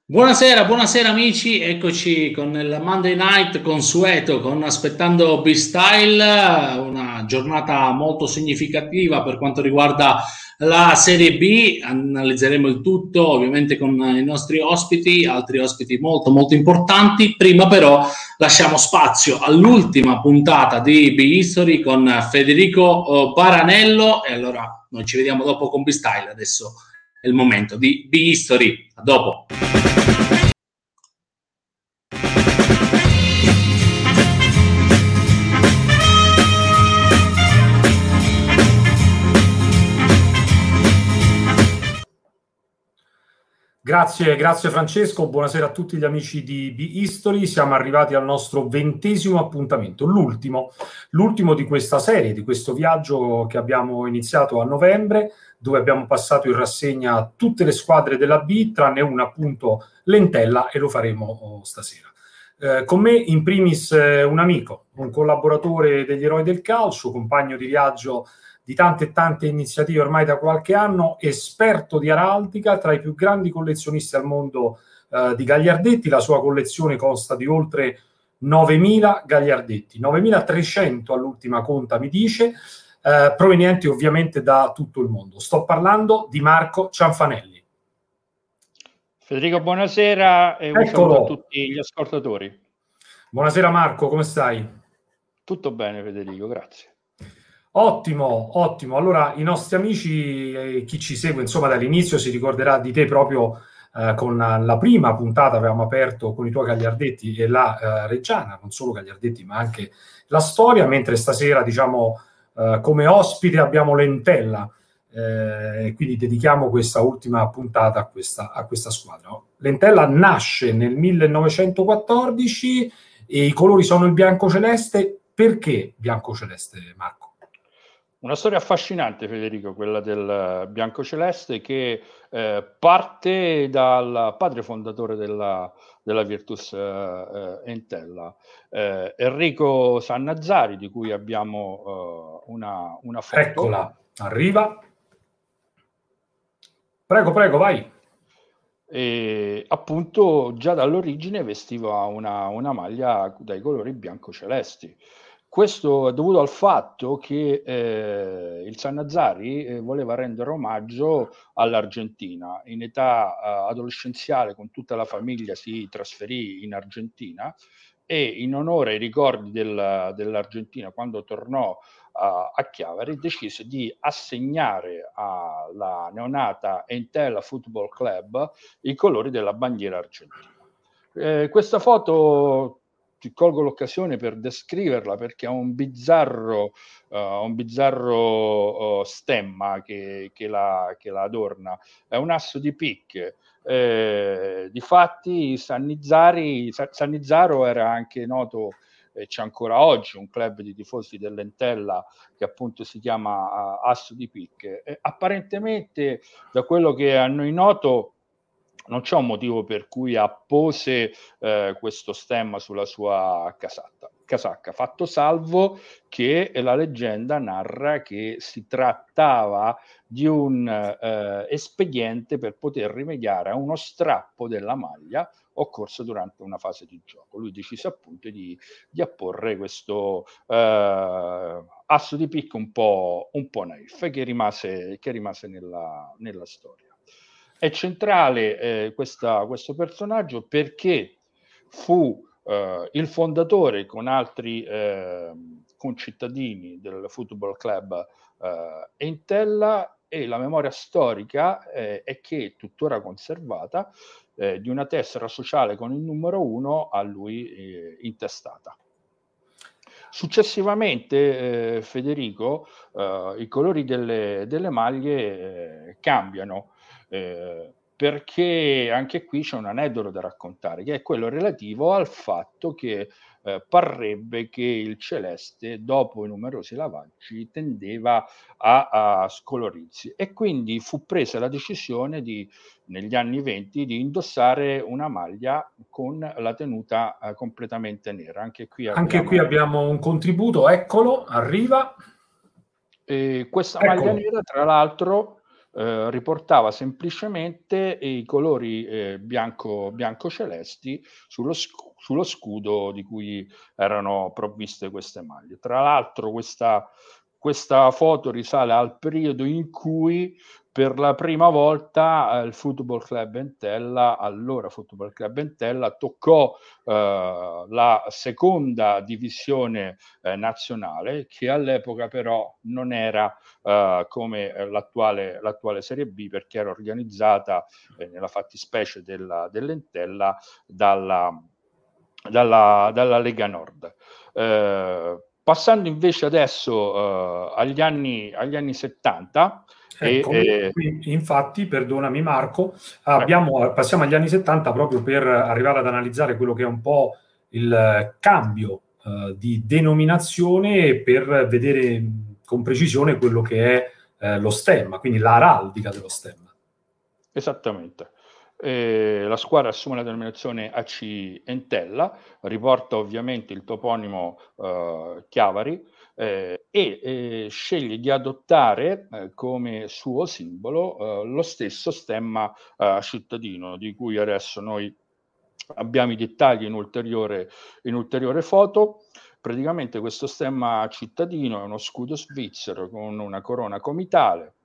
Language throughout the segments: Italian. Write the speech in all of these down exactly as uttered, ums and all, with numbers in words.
Buonasera, buonasera amici, eccoci con il Monday Night consueto, con Aspettando B-Style, una giornata molto significativa per quanto riguarda la Serie B. Analizzeremo il tutto ovviamente con i nostri ospiti, altri ospiti molto molto importanti. Prima però lasciamo spazio all'ultima puntata di B-History con Federico Paranello e allora noi ci vediamo dopo con B-Style. Adesso è il momento di B-History. A dopo. Grazie, grazie Francesco, buonasera a tutti gli amici di B-History, siamo arrivati al nostro ventesimo appuntamento, l'ultimo, l'ultimo di questa serie, di questo viaggio che abbiamo iniziato a novembre, dove abbiamo passato in rassegna tutte le squadre della B, tranne una appunto Lentella, e lo faremo stasera. Eh, con me in primis eh, un amico, un collaboratore degli Eroi del Calcio, compagno di viaggio di tante e tante iniziative ormai da qualche anno, esperto di araldica, tra i più grandi collezionisti al mondo eh, di gagliardetti. La sua collezione consta di oltre novemila gagliardetti, novemilatrecento all'ultima conta mi dice, eh, provenienti ovviamente da tutto il mondo. Sto parlando di Marco Cianfanelli. Federico, buonasera e un Eccolo. saluto a tutti gli ascoltatori. Buonasera Marco, come stai? Tutto bene Federico, grazie. Ottimo, ottimo. Allora, i nostri amici, eh, chi ci segue, insomma, dall'inizio si ricorderà di te proprio eh, con la prima puntata, avevamo aperto con i tuoi gagliardetti e la eh, Reggiana, non solo gagliardetti, ma anche la storia, mentre stasera, diciamo, eh, come ospite abbiamo Lentella, eh, e quindi dedichiamo questa ultima puntata a questa, a questa squadra. Lentella nasce nel millenovecentoquattordici e i colori sono il bianco-celeste. Perché bianco-celeste, Marco? Una storia affascinante, Federico, quella del biancoceleste, che eh, parte dal padre fondatore della, della Virtus eh, Entella, eh, Enrico Sannazzari, di cui abbiamo eh, una, una foto. Eccola, arriva. Prego, prego, vai. E appunto già dall'origine vestiva una, una maglia dai colori bianco-celesti. Questo è dovuto al fatto che eh, il Sannazzari eh, voleva rendere omaggio all'Argentina. In età eh, adolescenziale, con tutta la famiglia, si trasferì in Argentina e in onore ai ricordi del, dell'Argentina, quando tornò a, a Chiavari, decise di assegnare alla neonata Entella Football Club i colori della bandiera argentina. Eh, questa foto ti colgo l'occasione per descriverla perché ha un bizzarro, uh, un bizzarro uh, stemma che, che, la, che la adorna. È un asso di picche. Eh, difatti Sannizzari, Sannizzaro era anche noto, e c'è ancora oggi un club di tifosi dell'Entella che appunto si chiama uh, Asso di Picche. Eh, apparentemente, da quello che a noi noto, non c'è un motivo per cui appose eh, questo stemma sulla sua casacca, casacca, fatto salvo che la leggenda narra che si trattava di un eh, espediente per poter rimediare a uno strappo della maglia occorso durante una fase di gioco. Lui decise appunto di, di apporre questo eh, asso di picco un po', un po' naif che rimase, che rimase nella, nella storia. È centrale eh, questa, questo personaggio perché fu eh, il fondatore con altri eh, concittadini del Football Club eh, Entella, e la memoria storica eh, è che è tuttora conservata eh, di una tessera sociale con il numero uno a lui eh, intestata. Successivamente, eh, Federico, eh, i colori delle, delle maglie eh, cambiano. Eh, perché anche qui c'è un aneddoto da raccontare, che è quello relativo al fatto che eh, parrebbe che il celeste, dopo i numerosi lavaggi, tendeva a, a scolorirsi, e quindi fu presa la decisione di, negli anni venti, di indossare una maglia con la tenuta eh, completamente nera. Anche qui abbiamo, Anche qui abbiamo un contributo, eccolo, arriva. Eh, questa Eccolo. maglia nera, tra l'altro, eh, riportava semplicemente i colori eh, bianco, bianco-celesti sullo, sc- sullo scudo di cui erano provviste queste maglie. Tra l'altro questa, questa foto risale al periodo in cui per la prima volta eh, il Football Club Entella, allora Football Club Entella, toccò eh, la seconda divisione eh, nazionale, che all'epoca però non era eh, come l'attuale, l'attuale Serie B, perché era organizzata eh, nella fattispecie della, dell'Entella dalla, dalla, dalla Lega Nord. Eh, passando invece adesso eh, agli, anni, agli anni settanta, Ecco, e, eh, infatti, perdonami Marco, abbiamo, passiamo agli anni settanta proprio per arrivare ad analizzare quello che è un po' il cambio eh, di denominazione, per vedere con precisione quello che è eh, lo stemma, quindi l'araldica dello stemma. Esattamente. Eh, la squadra assume la denominazione A C Entella, riporta ovviamente il toponimo eh, Chiavari, eh, e eh, sceglie di adottare eh, come suo simbolo eh, lo stesso stemma eh, cittadino, di cui adesso noi abbiamo i dettagli in ulteriore, in ulteriore foto. Praticamente questo stemma cittadino è uno scudo svizzero con una corona comitale,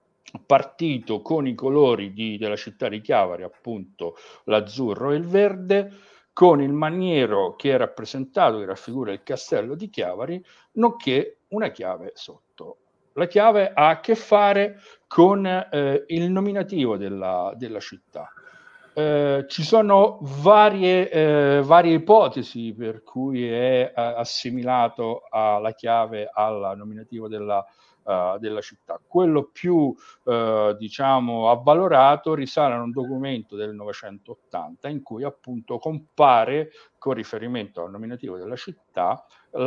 partito con i colori di, della città di Chiavari, appunto l'azzurro e il verde, con il maniero che è rappresentato, che raffigura il castello di Chiavari, nonché una chiave sotto. La chiave ha a che fare con eh, il nominativo della, della città. Eh, ci sono varie, eh, varie ipotesi per cui è eh, assimilato alla chiave al nominativo della, uh, della città. Quello più uh, diciamo avvalorato risale a un documento del novecentottanta in cui appunto compare, con riferimento al nominativo della città,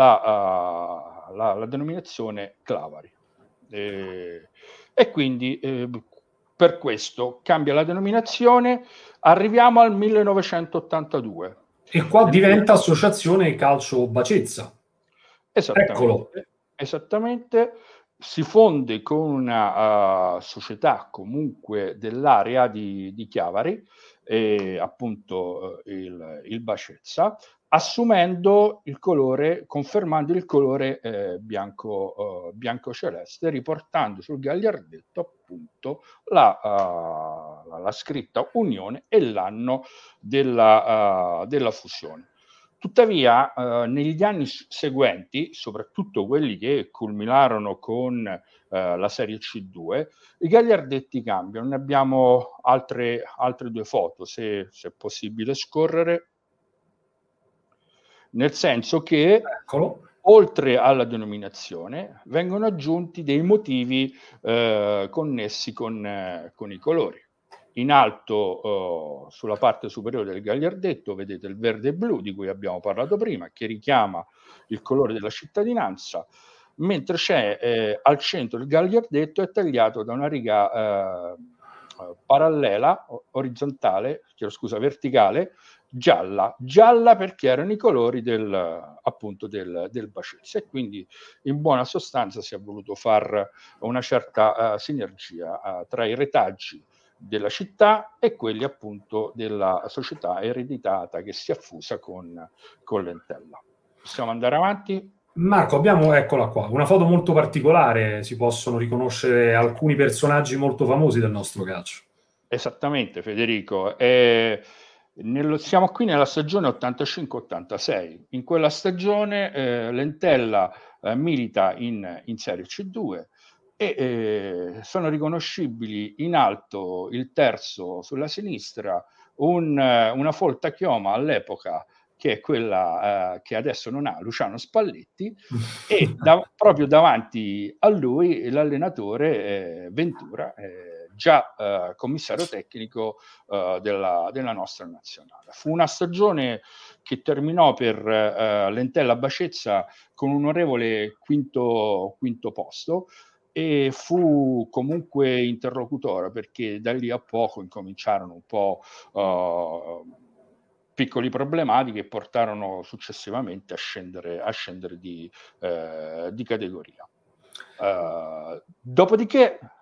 la, uh, la, la denominazione Clavari. E, e quindi eh, per questo cambia la denominazione. Arriviamo al millenovecentottantadue. E qua Nel diventa Associazione Calcio Bacezza. Esattamente. Eccolo. Esattamente. Si fonde con una uh, società comunque dell'area di, di Chiavari, e appunto uh, il, il Bacezza, assumendo il colore, confermando il colore eh, bianco, uh, bianco celeste, riportando sul gagliardetto appunto la, uh, la, la scritta Unione e l'anno della, uh, della fusione. Tuttavia, eh, negli anni seguenti, soprattutto quelli che culminarono con eh, la Serie C due, i gagliardetti cambiano. Ne abbiamo altre, altre due foto, se, se è possibile scorrere. Nel senso che, Eccolo, oltre alla denominazione, vengono aggiunti dei motivi eh, connessi con, eh, con i colori. In alto, uh, sulla parte superiore del gagliardetto, vedete il verde e blu di cui abbiamo parlato prima, che richiama il colore della cittadinanza, mentre c'è eh, al centro il gagliardetto è tagliato da una riga eh, parallela, orizzontale, chiedo scusa, verticale, gialla, gialla perché erano i colori del, appunto del, del Bacezza, e quindi in buona sostanza si è voluto far una certa uh, sinergia uh, tra i retaggi della città e quelli appunto della società ereditata che si è affusa con, con l'Entella. Possiamo andare avanti? Marco, abbiamo, eccola qua, una foto molto particolare, si possono riconoscere alcuni personaggi molto famosi del nostro calcio. Esattamente, Federico. Eh, nello, siamo qui nella stagione ottantacinque ottantasei. In quella stagione eh, l'Entella eh, milita in, in Serie C due, e eh, sono riconoscibili in alto il terzo sulla sinistra, un, una folta chioma all'epoca che è quella eh, che adesso non ha Luciano Spalletti, e da, proprio davanti a lui l'allenatore eh, Ventura, eh, già eh, commissario tecnico eh, della, della nostra nazionale. Fu una stagione che terminò per eh, l'Entella Bacezza con un onorevole quinto, quinto posto, e fu comunque interlocutore, perché da lì a poco incominciarono un po' uh, piccoli problematiche che portarono successivamente a scendere, a scendere di, eh, di categoria. Uh, dopodiché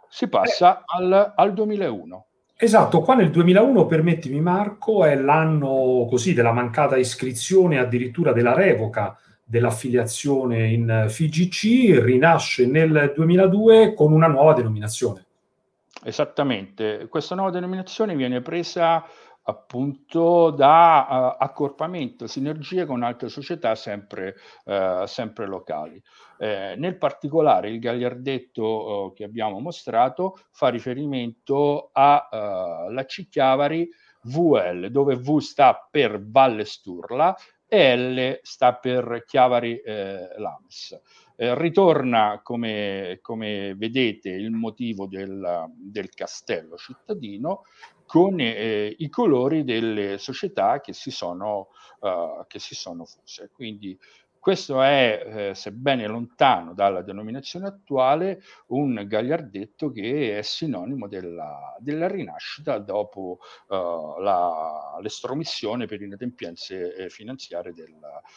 si passa eh. al, al duemilauno. Esatto, qua nel duemilauno, permettimi Marco, è l'anno così della mancata iscrizione, addirittura della revoca dell'affiliazione in F I G C, rinasce nel duemiladue con una nuova denominazione. Esattamente, questa nuova denominazione viene presa appunto da uh, accorpamento, sinergie con altre società sempre, uh, sempre locali. Eh, nel particolare il gagliardetto uh, che abbiamo mostrato fa riferimento alla uh, Chiavari V L, dove V sta per Valle Sturla e L sta per Chiavari eh, Lams. Eh, ritorna, come, come vedete, il motivo del, del castello cittadino con eh, i colori delle società che si sono, uh, che si sono fuse. Quindi questo è, eh, sebbene lontano dalla denominazione attuale, un gagliardetto che è sinonimo della, della rinascita dopo uh, la, l'estromissione per inadempienze eh, finanziarie del,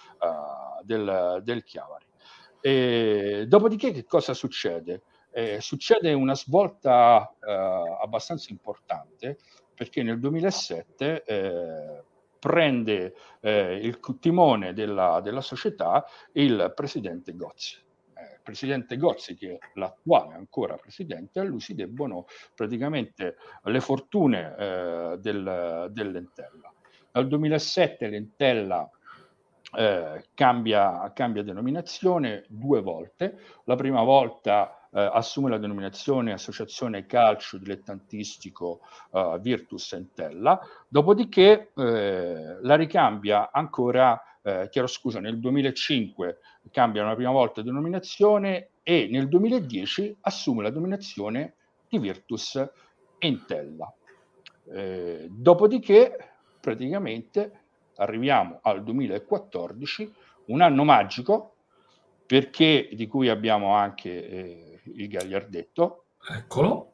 uh, del, del Chiavari. E, dopodiché che cosa succede? Eh, succede una svolta uh, abbastanza importante, perché nel duemilasette eh, prende eh, il timone della, della società il presidente Gozzi. Eh, il presidente Gozzi, che è l'attuale ancora presidente, a lui si debbono praticamente le fortune eh, del, dell'Entella. Dal duemilasette l'Entella eh, cambia, cambia denominazione due volte. La prima volta Eh, assume la denominazione Associazione Calcio Dilettantistico eh, Virtus Entella, dopodiché eh, la ricambia ancora, eh, chiedo scusa, nel duemilacinque cambia una prima volta denominazione e nel duemiladieci assume la denominazione di Virtus Entella. Eh, dopodiché praticamente arriviamo al duemilaquattordici, un anno magico, perché di cui abbiamo anche eh, il gagliardetto. Eccolo.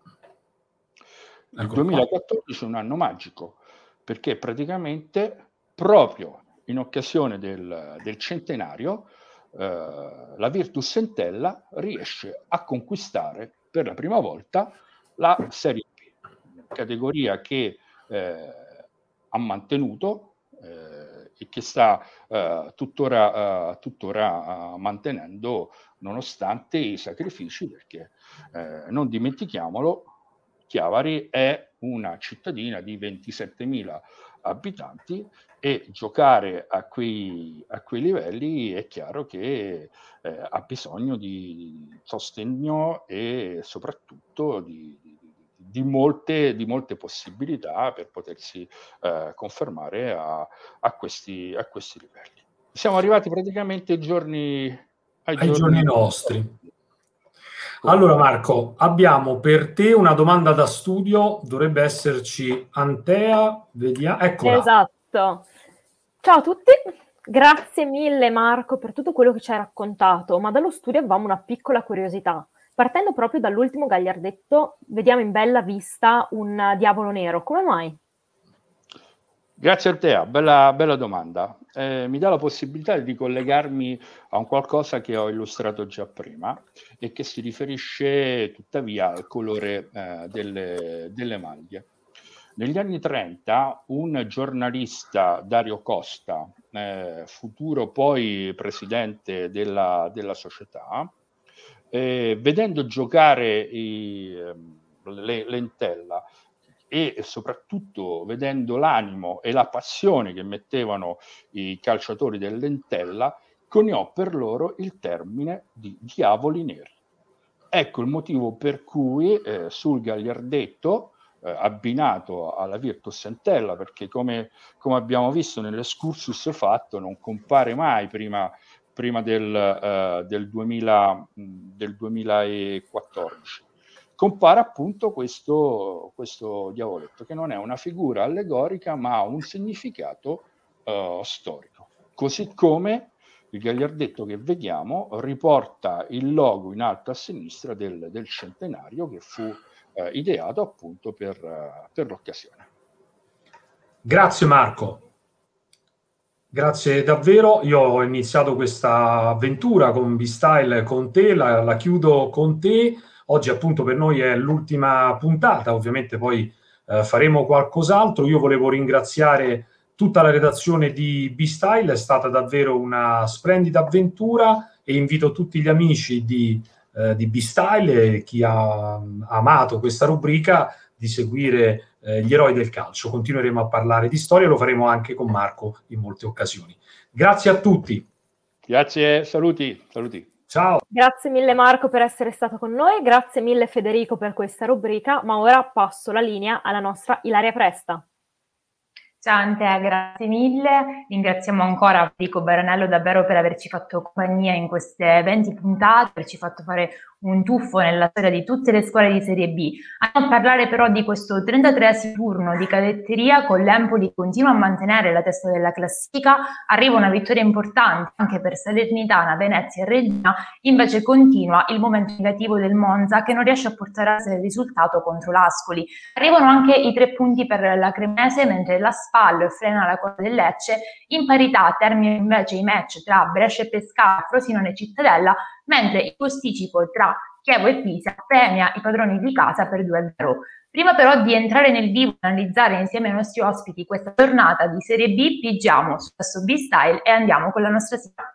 Il Eccolo duemilaquattordici qua. È un anno magico, perché praticamente proprio in occasione del, del centenario eh, la Virtus Entella riesce a conquistare per la prima volta la Serie B, categoria che eh, ha mantenuto eh, e che sta uh, tuttora, uh, tuttora uh, mantenendo nonostante i sacrifici, perché eh, non dimentichiamolo, Chiavari è una cittadina di ventisettemila abitanti e giocare a quei, a quei livelli è chiaro che eh, ha bisogno di sostegno e soprattutto di, di Di molte, di molte possibilità per potersi eh, confermare a, a, questi, a questi livelli. Siamo arrivati praticamente ai giorni, ai ai giorni, giorni nostri. Allora Marco, abbiamo per te una domanda da studio, dovrebbe esserci Antea, vediamo, eccola. Esatto. Ciao a tutti, grazie mille Marco per tutto quello che ci hai raccontato, ma dallo studio avevamo una piccola curiosità. Partendo proprio dall'ultimo gagliardetto, vediamo in bella vista un diavolo nero. Come mai? Grazie a te, bella, bella domanda. Eh, mi dà la possibilità di collegarmi a un qualcosa che ho illustrato già prima e che si riferisce tuttavia al colore eh, delle, delle maglie. Negli anni trenta un giornalista, Dario Costa, eh, futuro poi presidente della, della società, Eh, vedendo giocare i, le, l'Entella e soprattutto vedendo l'animo e la passione che mettevano i calciatori dell'Entella, coniò per loro il termine di diavoli neri. Ecco il motivo per cui eh, sul gagliardetto eh, abbinato alla Virtus Entella, perché come, come abbiamo visto nell'escursus fatto non compare mai prima prima del, uh, del, duemila, del duemilaquattordici. Compare appunto questo, questo diavoletto, che non è una figura allegorica, ma ha un significato uh, storico. Così come il gagliardetto che vediamo riporta il logo in alto a sinistra del, del centenario che fu uh, ideato appunto per, uh, per l'occasione. Grazie Marco. Grazie davvero, io ho iniziato questa avventura con B-Style con te, la, la chiudo con te, oggi appunto per noi è l'ultima puntata, ovviamente poi eh, faremo qualcos'altro. Io volevo ringraziare tutta la redazione di B-Style, è stata davvero una splendida avventura e invito tutti gli amici di, eh, di B-Style e chi ha amato questa rubrica di seguire eh, gli eroi del calcio. Continueremo a parlare di storia, lo faremo anche con Marco in molte occasioni. Grazie a tutti. Grazie, saluti, saluti. Ciao. Grazie mille Marco per essere stato con noi, grazie mille Federico per questa rubrica, ma ora passo la linea alla nostra Ilaria Presta. Ciao Antea, grazie mille, ringraziamo ancora Federico Baranello davvero per averci fatto compagnia in queste venti puntate, averci fatto fare un tuffo nella storia di tutte le scuole di Serie B. Andiamo a parlare però di questo trentatreesimo turno di cadetteria, con l'Empoli che continua a mantenere la testa della classifica, arriva una vittoria importante anche per Salernitana, Venezia e Reggina, invece continua il momento negativo del Monza che non riesce a portare a sé il risultato contro l'Ascoli. Arrivano anche i tre punti per la Cremonese, mentre la Spal frena la coda del Lecce, in parità terminano invece i match tra Brescia e Pescara, Frosinone e Cittadella, mentre il posticipo tra Chievo e Pisa premia i padroni di casa per due a zero. Prima però di entrare nel vivo e analizzare insieme ai nostri ospiti questa giornata di Serie B, pigiamo su questo B-Style e andiamo con la nostra sigla.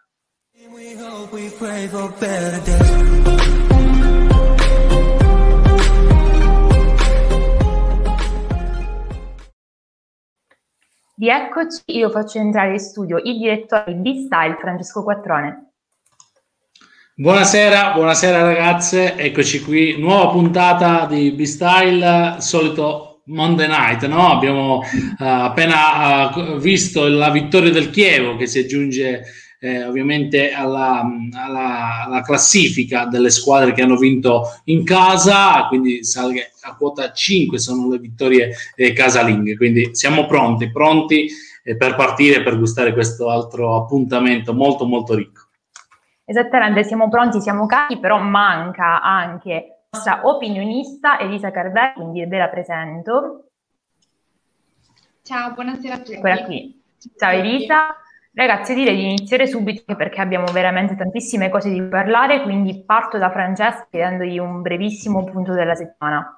Rieccoci, io faccio entrare in studio il direttore di B-Style, Francesco Quattrone. Buonasera, buonasera ragazze, eccoci qui, nuova puntata di B-Style, solito Monday Night, no? Abbiamo uh, appena uh, visto la vittoria del Chievo che si aggiunge eh, ovviamente alla, alla, alla classifica delle squadre che hanno vinto in casa, quindi sa che a quota cinque sono le vittorie eh, casalinghe, quindi siamo pronti, pronti eh, per partire, per gustare questo altro appuntamento molto molto ricco. Esattamente, siamo pronti, siamo carichi, però manca anche la nostra opinionista Elisa Carvelli, quindi ve la presento. Ciao, buonasera a tutti. Eccola qui. Ciao Elisa. Ragazzi, direi di iniziare subito perché abbiamo veramente tantissime cose di parlare, quindi parto da Francesco chiedendogli un brevissimo punto della settimana.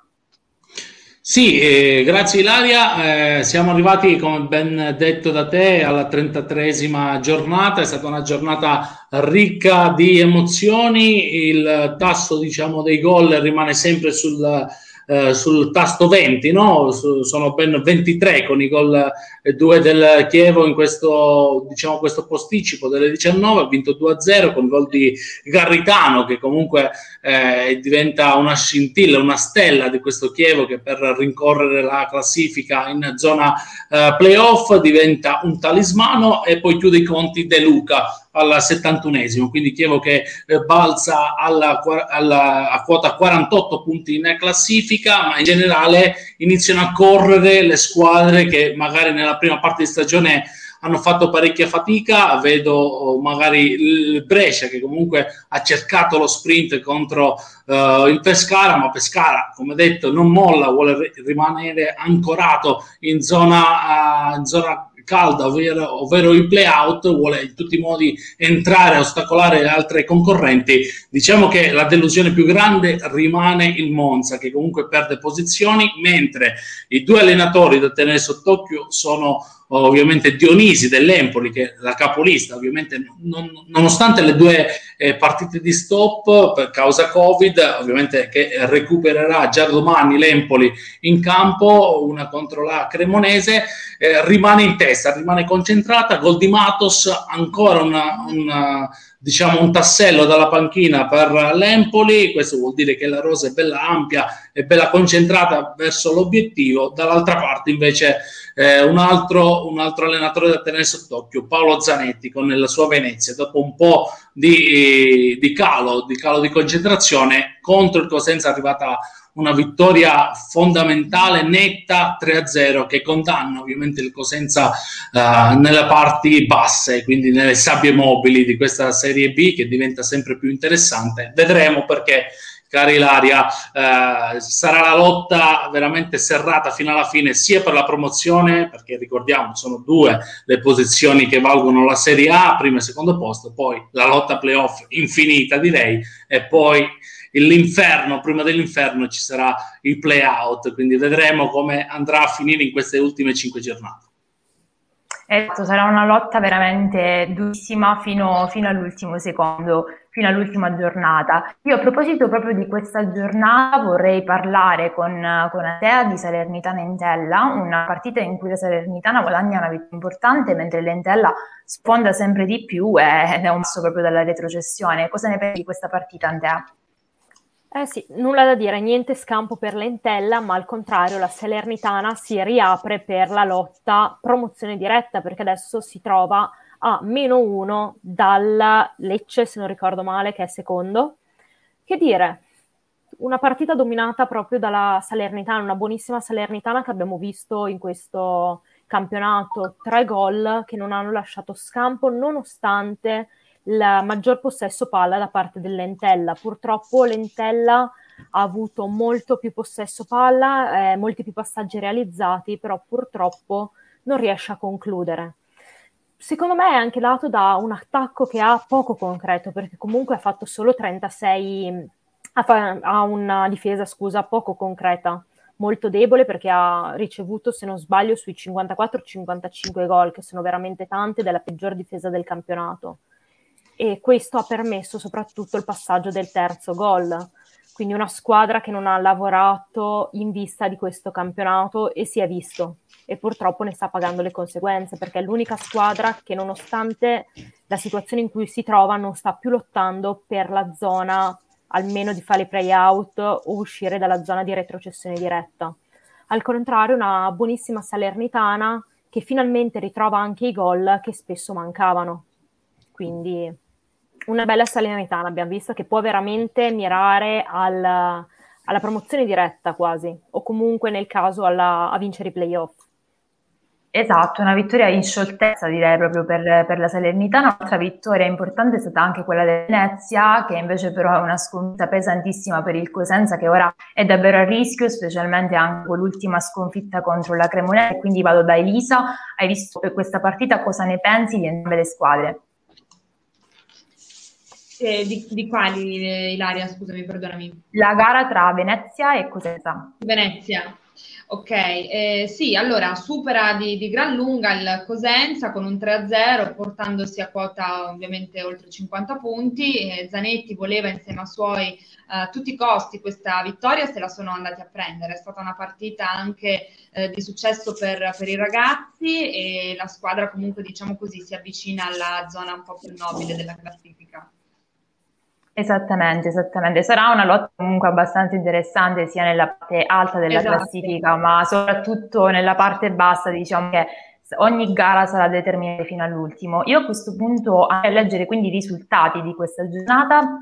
Sì, eh, grazie Ilaria, eh, siamo arrivati, come ben detto da te, alla trentatreesima giornata, è stata una giornata ricca di emozioni, il tasso diciamo dei gol rimane sempre sul, eh, sul tasto venti, no? Su, sono ben ventitré con i gol eh, due del Chievo in questo, diciamo, questo posticipo delle diciannove, ha vinto due a zero con gol di Garritano che comunque eh, diventa una scintilla, una stella di questo Chievo che per rincorrere la classifica in zona eh, playoff diventa un talismano, e poi chiude i conti De Luca al settantunesimo, quindi Chievo che eh, balza alla, alla, a quota quarantotto punti in classifica, ma in generale iniziano a correre le squadre che magari nella prima parte di stagione hanno fatto parecchia fatica. Vedo magari il Brescia che comunque ha cercato lo sprint contro uh, il Pescara, ma Pescara, come detto, non molla, vuole rimanere ancorato in zona, uh, in zona calda, ovvero, ovvero il play-out, vuole in tutti i modi entrare a ostacolare le altre concorrenti. Diciamo che la delusione più grande rimane il Monza, che comunque perde posizioni, mentre i due allenatori da tenere sott'occhio sono ovviamente Dionisi dell'Empoli, che è la capolista, ovviamente non, nonostante le due eh, partite di stop per causa Covid, ovviamente che recupererà già domani l'Empoli in campo, una contro la Cremonese, eh, rimane in testa, rimane concentrata. Gol di Matos, ancora una, una diciamo un tassello dalla panchina per l'Empoli, questo vuol dire che la rosa è bella ampia e bella concentrata verso l'obiettivo. Dall'altra parte invece eh, un, altro, un altro allenatore da tenere sott'occhio, Paolo Zanetti, con la sua Venezia, dopo un po' di, di calo, di calo di concentrazione, contro il Cosenza è arrivata una vittoria fondamentale, netta, tre a zero, che condanna ovviamente il Cosenza uh, nelle parti basse, quindi nelle sabbie mobili di questa Serie B, che diventa sempre più interessante. Vedremo, perché cara Ilaria, eh, sarà la lotta veramente serrata fino alla fine, sia per la promozione, perché ricordiamo sono due le posizioni che valgono la Serie A, primo e secondo posto, poi la lotta playoff infinita direi, e poi l'inferno, prima dell'inferno ci sarà il play-out, quindi vedremo come andrà a finire in queste ultime cinque giornate. Esatto, sarà una lotta veramente durissima fino, fino all'ultimo secondo, fino all'ultima giornata. Io a proposito proprio di questa giornata vorrei parlare con, con Atea di Salernitana Entella, una partita in cui la Salernitana guadagna una vittoria importante mentre l'Entella sfonda sempre di più ed è un passo proprio dalla retrocessione. Cosa ne pensi di questa partita, Antea? Eh sì, nulla da dire, niente scampo per l'Entella, ma al contrario la Salernitana si riapre per la lotta promozione diretta, perché adesso si trova a meno uno dal Lecce, se non ricordo male, che è secondo. Che dire, una partita dominata proprio dalla Salernitana, una buonissima Salernitana che abbiamo visto in questo campionato, tre gol che non hanno lasciato scampo, nonostante il maggior possesso palla da parte dell'Entella. Purtroppo l'Entella ha avuto molto più possesso palla, eh, molti più passaggi realizzati, però purtroppo non riesce a concludere. Secondo me è anche dato da un attacco che ha poco concreto, perché comunque ha fatto solo trentasei, ha, ha una difesa, scusa, poco concreta, molto debole, perché ha ricevuto, se non sbaglio, sui cinquantaquattro cinquantacinque gol, che sono veramente tante, della peggior difesa del campionato. E questo ha permesso soprattutto il passaggio del terzo gol, quindi una squadra che non ha lavorato in vista di questo campionato e si è visto, e purtroppo ne sta pagando le conseguenze, perché è l'unica squadra che nonostante la situazione in cui si trova non sta più lottando per la zona almeno di fare play-out o uscire dalla zona di retrocessione diretta. Al contrario, una buonissima Salernitana che finalmente ritrova anche i gol che spesso mancavano, quindi una bella Salernitana abbiamo visto, che può veramente mirare al, alla promozione diretta quasi, o comunque nel caso alla, a vincere i playoff. Esatto, una vittoria in scioltezza direi proprio per, per la Salernitana. Un'altra vittoria importante è stata anche quella del Venezia, che invece però è una sconfitta pesantissima per il Cosenza, che ora è davvero a rischio, specialmente anche con l'ultima sconfitta contro la Cremonese. Quindi vado da Elisa, hai visto per questa partita, cosa ne pensi di entrambe le squadre? Eh, di, di quali, Ilaria, scusami, perdonami. La gara tra Venezia e Cosenza. Venezia. Ok, eh, sì, allora supera di, di gran lunga il Cosenza con un tre a zero, portandosi a quota ovviamente oltre cinquanta punti. E Zanetti voleva insieme ai suoi a tutti i costi questa vittoria, se la sono andati a prendere. È stata una partita anche eh, di successo per, per i ragazzi, e la squadra comunque, diciamo così, si avvicina alla zona un po' più nobile della classifica. Esattamente, esattamente. Sarà una lotta comunque abbastanza interessante sia nella parte alta della Esatto. classifica, ma soprattutto nella parte bassa, diciamo che ogni gara sarà determinata fino all'ultimo. Io a questo punto andrei a leggere quindi i risultati di questa giornata.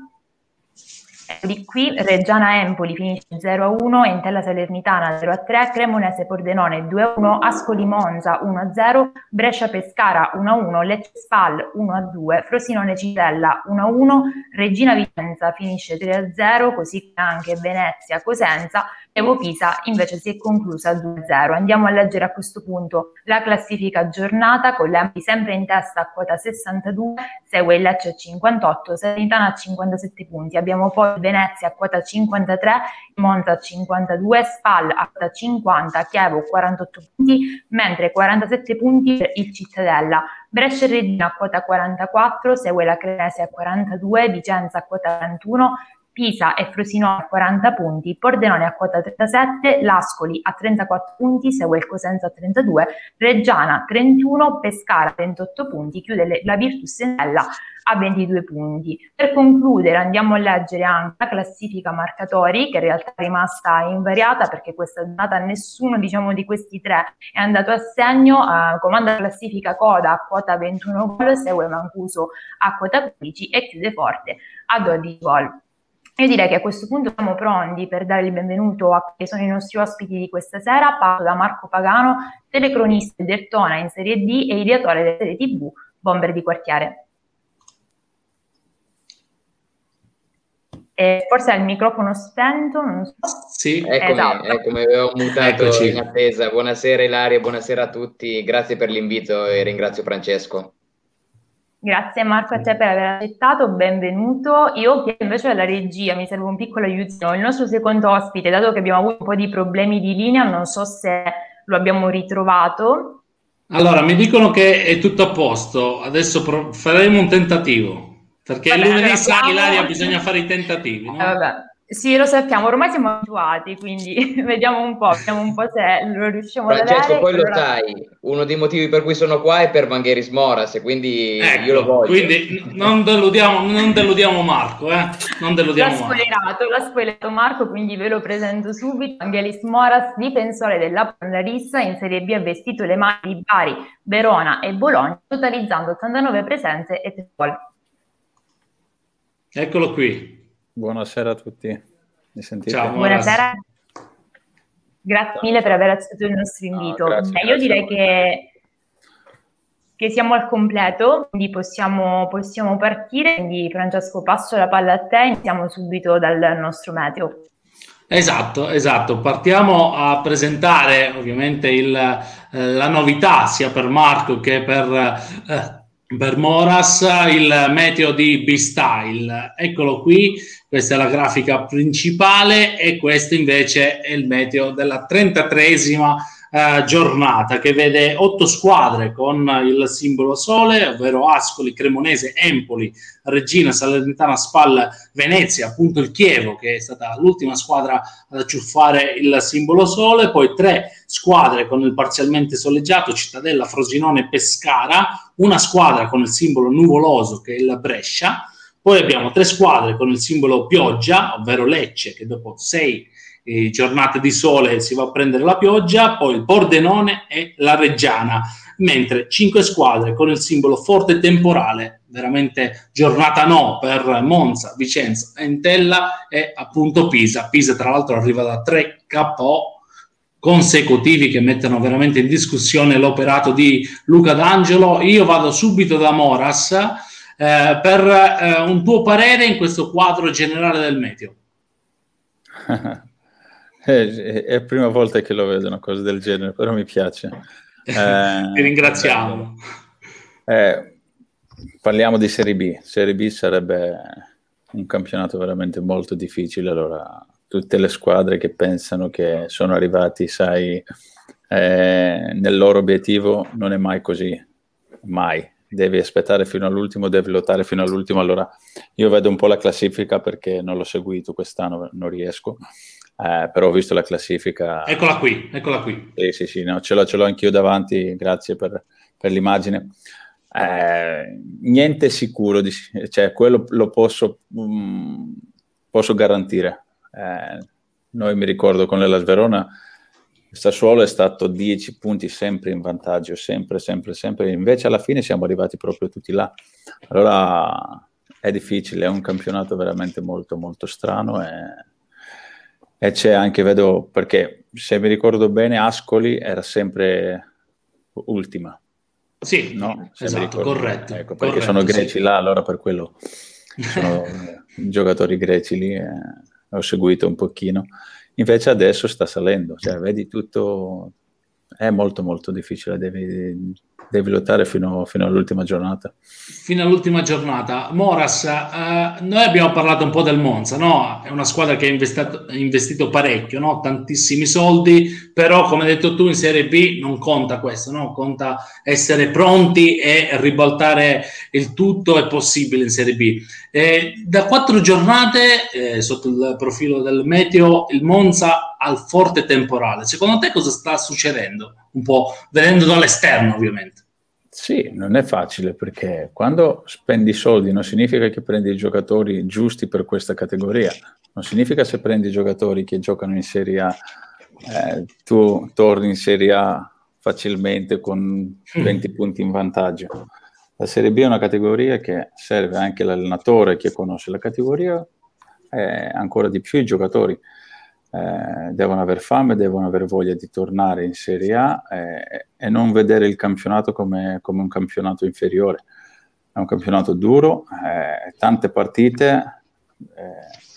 Di qui Reggiana Empoli finisce zero a uno, Entella Salernitana zero a tre, Cremonese Pordenone due a uno, Ascoli Monza uno a zero, Brescia Pescara uno a uno, Lecce Spal uno a due, Frosinone Citella uno a uno, Regina Vicenza finisce tre a zero, così anche Venezia Cosenza. Evo Pisa invece si è conclusa due a zero. Andiamo a leggere a questo punto la classifica giornata, con l'Empoli sempre in testa a quota sessantadue, segue il Lecce a cinquantotto, Salernitana a cinquantasette punti. Abbiamo poi Venezia a quota cinquantatré, Monza a cinquantadue, Spal a quota cinquanta, Chievo quarantotto punti, mentre quarantasette punti per il Cittadella. Brescia e Regina a quota quarantaquattro, segue la Cremonese a quarantadue, Vicenza a quota trentuno, Pisa e Frosinone a quaranta punti, Pordenone a quota trentasette, l'Ascoli a trentaquattro punti, segue il Cosenza a trentadue, Reggiana trentuno, Pescara ventotto punti, chiude le, la Virtus Entella a ventidue punti. Per concludere andiamo a leggere anche la classifica marcatori, che in realtà è rimasta invariata perché questa giornata nessuno, diciamo, di questi tre è andato a segno. Uh, comanda la classifica Coda a quota ventuno gol, segue Mancuso a quota quindici e chiude Forte a dodici gol. Io direi che a questo punto siamo pronti per dare il benvenuto a quelli che sono i nostri ospiti di questa sera. Parto da Marco Pagano, telecronista del Tona in Serie D e ideatore della serie tivù Bomber di Quartiere. Eh, forse ha il microfono spento, non so. Sì, eccomi, esatto. eccomi, avevo mutato Eccoci. in attesa. Buonasera Ilaria, buonasera a tutti, grazie per l'invito e ringrazio Francesco. Grazie Marco a te per aver accettato, benvenuto. Io chiedo invece alla regia, mi serve un piccolo aiutino. Il nostro secondo ospite, dato che abbiamo avuto un po' di problemi di linea, non so se lo abbiamo ritrovato. Allora, mi dicono che è tutto a posto, adesso pro- faremo un tentativo, perché Vabbè, lunedì, allora sai, proviamo. Ilaria, bisogna fare i tentativi, no? Eh, vabbè. Sì, lo sappiamo, ormai siamo abituati, quindi vediamo un po', vediamo un po' se lo riusciamo ad Francesco, avere. poi lo Allora... sai, uno dei motivi per cui sono qua è per Vangheris Moras, e quindi Ecco, io lo voglio. quindi n- non deludiamo, non deludiamo Marco, eh? Non deludiamo L'ha Marco. spoilerato, l'ha spoilerato Marco, quindi ve lo presento subito. Vangelis Moras, difensore della Larissa, in Serie B ha vestito le maglie di Bari, Verona e Bologna, totalizzando ottantanove presenze e tre gol. Eccolo qui. Buonasera a tutti, mi sentite? Ciao, Moras. Buonasera, grazie mille per aver accettato il nostro invito. No, grazie, Beh, io grazie direi a voi. che, che siamo al completo, quindi possiamo, possiamo partire. Quindi Francesco, passo la palla a te, iniziamo subito dal nostro meteo. Esatto, esatto. Partiamo a presentare ovviamente il, eh, la novità sia per Marco che per, eh, per Moras, il meteo di B-Style. Eccolo qui, questa è la grafica principale e questo invece è il meteo della trentatreesima eh, giornata, che vede otto squadre con il simbolo sole, ovvero Ascoli, Cremonese, Empoli, Reggina, Salernitana, Spal, Venezia, appunto il Chievo, che è stata l'ultima squadra ad acciuffare il simbolo sole, poi tre squadre con il parzialmente soleggiato, Cittadella, Frosinone e Pescara, una squadra con il simbolo nuvoloso, che è il Brescia, poi abbiamo tre squadre con il simbolo pioggia, ovvero Lecce, che dopo sei eh, giornate di sole si va a prendere la pioggia, poi il Pordenone e la Reggiana, mentre cinque squadre con il simbolo forte temporale, veramente giornata no per Monza, Vicenza, Entella e appunto Pisa. Pisa tra l'altro arriva da tre K O consecutivi che mettono veramente in discussione l'operato di Luca D'Angelo. Io vado subito da Moras eh, per eh, un tuo parere in questo quadro generale del meteo. È la prima volta che lo vedo una cosa del genere, però mi piace. Eh, Ti ringraziamo. Eh, parliamo di Serie B. Serie B sarebbe un campionato veramente molto difficile. Allora, tutte le squadre che pensano che sono arrivati, sai, eh, nel loro obiettivo, non è mai così. Mai. Devi aspettare fino all'ultimo, devi lottare fino all'ultimo. Allora, io vedo un po' la classifica perché non l'ho seguito quest'anno, non riesco. Eh, però ho visto la classifica. Eccola qui, eccola qui. Sì, sì, sì, no, ce l'ho, ce l'ho anch'io davanti, grazie per, per l'immagine. Eh, niente sicuro, di, cioè quello lo posso, um, posso garantire. Eh, noi mi ricordo con l'Hellas Verona, il Sassuolo è stato dieci punti sempre in vantaggio, sempre, sempre, sempre. Invece alla fine siamo arrivati proprio tutti là. Allora è difficile, è un campionato veramente molto, molto strano e... E c'è anche, vedo, perché se mi ricordo bene, Ascoli era sempre ultima. Sì, no? Se esatto, corretto. Ecco, perché corretto, sono greci sì. là, allora per quello sono giocatori greci lì, eh, ho seguito un pochino. Invece adesso sta salendo, cioè vedi tutto, è molto molto difficile, devi, devi lottare fino, fino all'ultima giornata. Fino all'ultima giornata. Moras, eh, noi abbiamo parlato un po' del Monza, no? È una squadra che ha investito, investito parecchio, no? Tantissimi soldi, però come hai detto tu in Serie B non conta questo, no? Conta essere pronti e ribaltare il tutto è possibile in Serie B. Eh, da quattro giornate, eh, sotto il profilo del meteo, il Monza ha il forte temporale. Secondo te cosa sta succedendo? Un po' vedendo dall'esterno, ovviamente. Sì, non è facile perché quando spendi soldi non significa che prendi i giocatori giusti per questa categoria, non significa se prendi i giocatori che giocano in Serie A, eh, tu torni in Serie A facilmente con venti mm. punti in vantaggio. La Serie B è una categoria che serve anche l'allenatore che conosce la categoria e ancora di più i giocatori. Eh, devono aver fame, devono aver voglia di tornare in Serie A eh, e non vedere il campionato come, come un campionato inferiore. È un campionato duro, eh, tante partite, eh,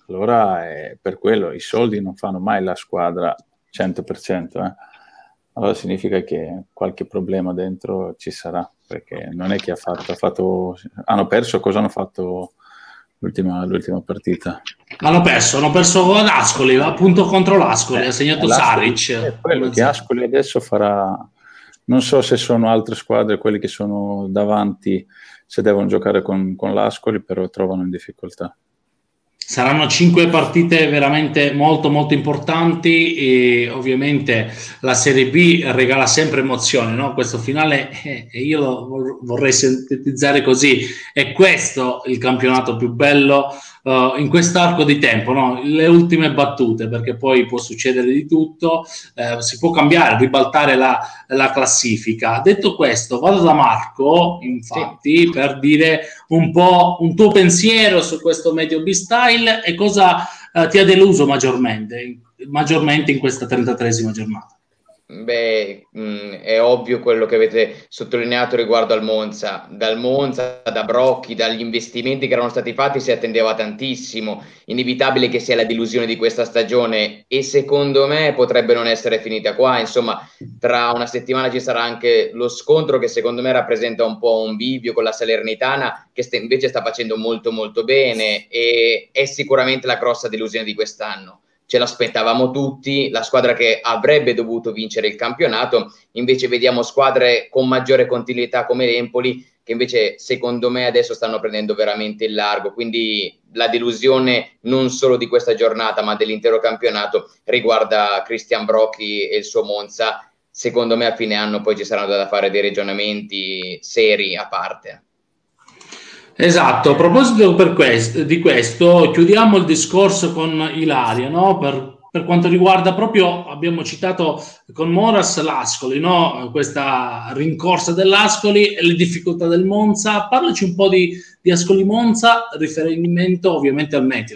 allora è per quello, i soldi non fanno mai la squadra cento per cento, eh. Allora significa che qualche problema dentro ci sarà, perché non è che ha fatto, ha fatto hanno perso, cosa hanno fatto l'ultima, l'ultima partita? Hanno perso, hanno perso con Ascoli, appunto contro l'Ascoli, eh, ha segnato Saric. È quello che Ascoli adesso farà, non so se sono altre squadre, quelli che sono davanti, se devono giocare con, con l'Ascoli, però trovano in difficoltà. Saranno cinque partite veramente molto molto importanti e ovviamente la Serie B regala sempre emozioni, no? Questo finale, eh, io vorrei sintetizzare così, è questo il campionato più bello uh, in quest'arco di tempo, no? Le ultime battute, perché poi può succedere di tutto, eh, si può cambiare, ribaltare la, la classifica. Detto questo, vado da Marco, infatti, sì, per dire un po' un tuo pensiero su questo Medio B-Style e cosa uh, ti ha deluso maggiormente, maggiormente in questa trentatreesima giornata. Beh, mh, è ovvio quello che avete sottolineato riguardo al Monza. Dal Monza, da Brocchi, dagli investimenti che erano stati fatti si attendeva tantissimo. Inevitabile che sia la delusione di questa stagione e secondo me potrebbe non essere finita qua. Insomma, tra una settimana ci sarà anche lo scontro che secondo me rappresenta un po' un bivio con la Salernitana, che st- invece sta facendo molto molto bene e è sicuramente la grossa delusione di quest'anno. Ce l'aspettavamo tutti, la squadra che avrebbe dovuto vincere il campionato, invece vediamo squadre con maggiore continuità come l'Empoli, che invece secondo me adesso stanno prendendo veramente il largo, quindi la delusione non solo di questa giornata ma dell'intero campionato riguarda Christian Brocchi e il suo Monza. Secondo me a fine anno poi ci saranno da fare dei ragionamenti seri a parte. Esatto, a proposito per questo, di questo, chiudiamo il discorso con Ilaria, no? Per, per quanto riguarda proprio, abbiamo citato con Moras l'Ascoli, no? Questa rincorsa dell'Ascoli e le difficoltà del Monza. Parlaci un po' di, di Ascoli Monza, riferimento ovviamente al meteo.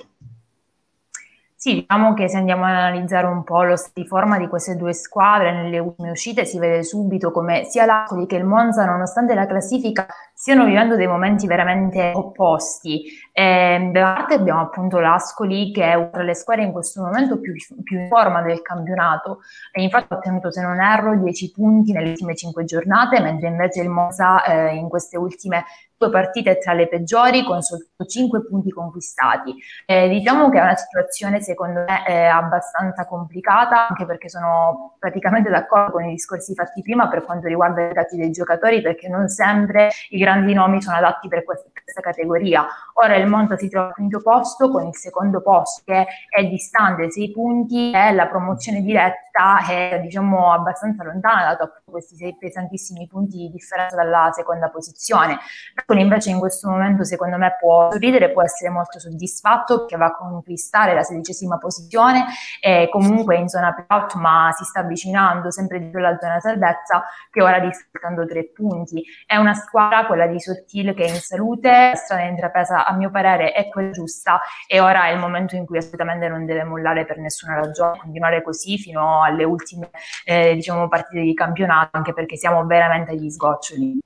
Sì, diciamo che se andiamo ad analizzare un po' lo stato di forma di queste due squadre nelle ultime uscite si vede subito come sia l'Ascoli che il Monza, nonostante la classifica, stiano vivendo dei momenti veramente opposti. Eh, da parte abbiamo appunto l'Ascoli che è una delle squadre in questo momento più, più in forma del campionato e infatti ha ottenuto, se non erro, dieci punti nelle ultime cinque giornate, mentre invece il Monza eh, in queste ultime due partite tra le peggiori con soltanto cinque punti conquistati. Eh, diciamo che è una situazione secondo me eh, abbastanza complicata, anche perché sono praticamente d'accordo con i discorsi fatti prima per quanto riguarda i dati dei giocatori, perché non sempre i grandi nomi sono adatti per questa, questa categoria. Ora il Monza si trova al quinto posto con il secondo posto che è distante sei punti e la promozione diretta è diciamo abbastanza lontana, dato questi sei pesantissimi punti di differenza dalla seconda posizione. Invece in questo momento secondo me può sorridere, può essere molto soddisfatto perché va a conquistare la sedicesima posizione e comunque in zona playout, ma si sta avvicinando sempre di più alla zona salvezza, che ora distaccando tre punti. È una squadra, quella di Sottil, che è in salute, la strada intrapresa a mio parere è quella giusta e ora è il momento in cui assolutamente non deve mollare per nessuna ragione, continuare così fino alle ultime eh, diciamo partite di campionato, anche perché siamo veramente agli sgoccioli.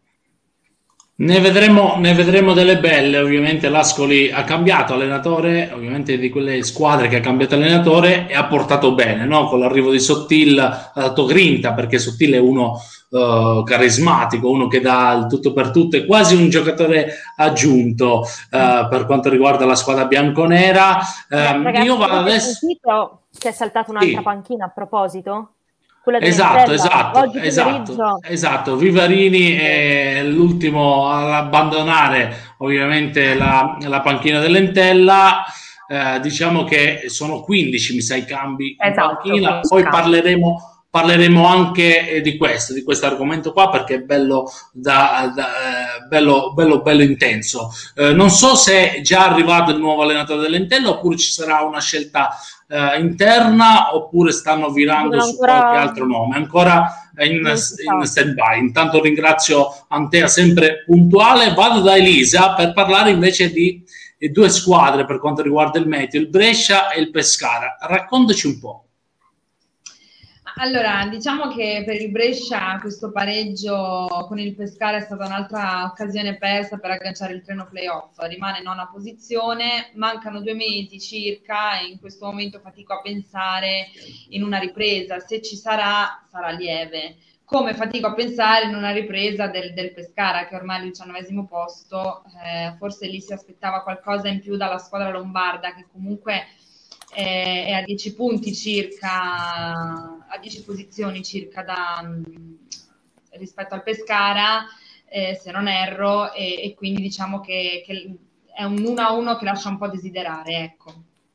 Ne vedremo, ne vedremo delle belle. Ovviamente l'Ascoli ha cambiato allenatore, ovviamente di quelle squadre che ha cambiato allenatore e ha portato bene, no? Con l'arrivo di Sottil ha dato grinta, perché Sottil è uno uh, carismatico, uno che dà il tutto per tutto, è quasi un giocatore aggiunto uh, per quanto riguarda la squadra bianconera. Um, Ragazzi, io vado adesso che è saltata un'altra sì. panchina a proposito. Esatto, esatto, esatto, esatto. Vivarini è l'ultimo ad abbandonare ovviamente la, la panchina dell'Entella. Eh, diciamo che sono quindici, mi sa, i cambi in esatto, panchina. Poi parleremo, parleremo anche di questo, di questo argomento qua, perché è bello, da, da, bello, bello, bello intenso. Eh, non so se è già arrivato il nuovo allenatore dell'Entella oppure ci sarà una scelta Uh, interna oppure stanno virando su ancora... qualche altro nome, ancora in, in stand by. Intanto ringrazio Antea, sempre puntuale. Vado da Elisa per parlare invece di, di due squadre per quanto riguarda il meteo, il Brescia e il Pescara. Raccontaci un po'. allora, diciamo che per il Brescia questo pareggio con il Pescara è stata un'altra occasione persa per agganciare il treno playoff. Rimane nona posizione, mancano due mesi circa e in questo momento fatico a pensare in una ripresa. Se ci sarà, sarà lieve. Come fatico a pensare in una ripresa del, del Pescara, che ormai è al diciannovesimo posto, eh, forse lì si aspettava qualcosa in più dalla squadra lombarda, che comunque è a dieci punti circa, a dieci posizioni circa da, rispetto al Pescara, eh, se non erro, e, e quindi diciamo che, che è un uno a uno che lascia un po' desiderare, ecco.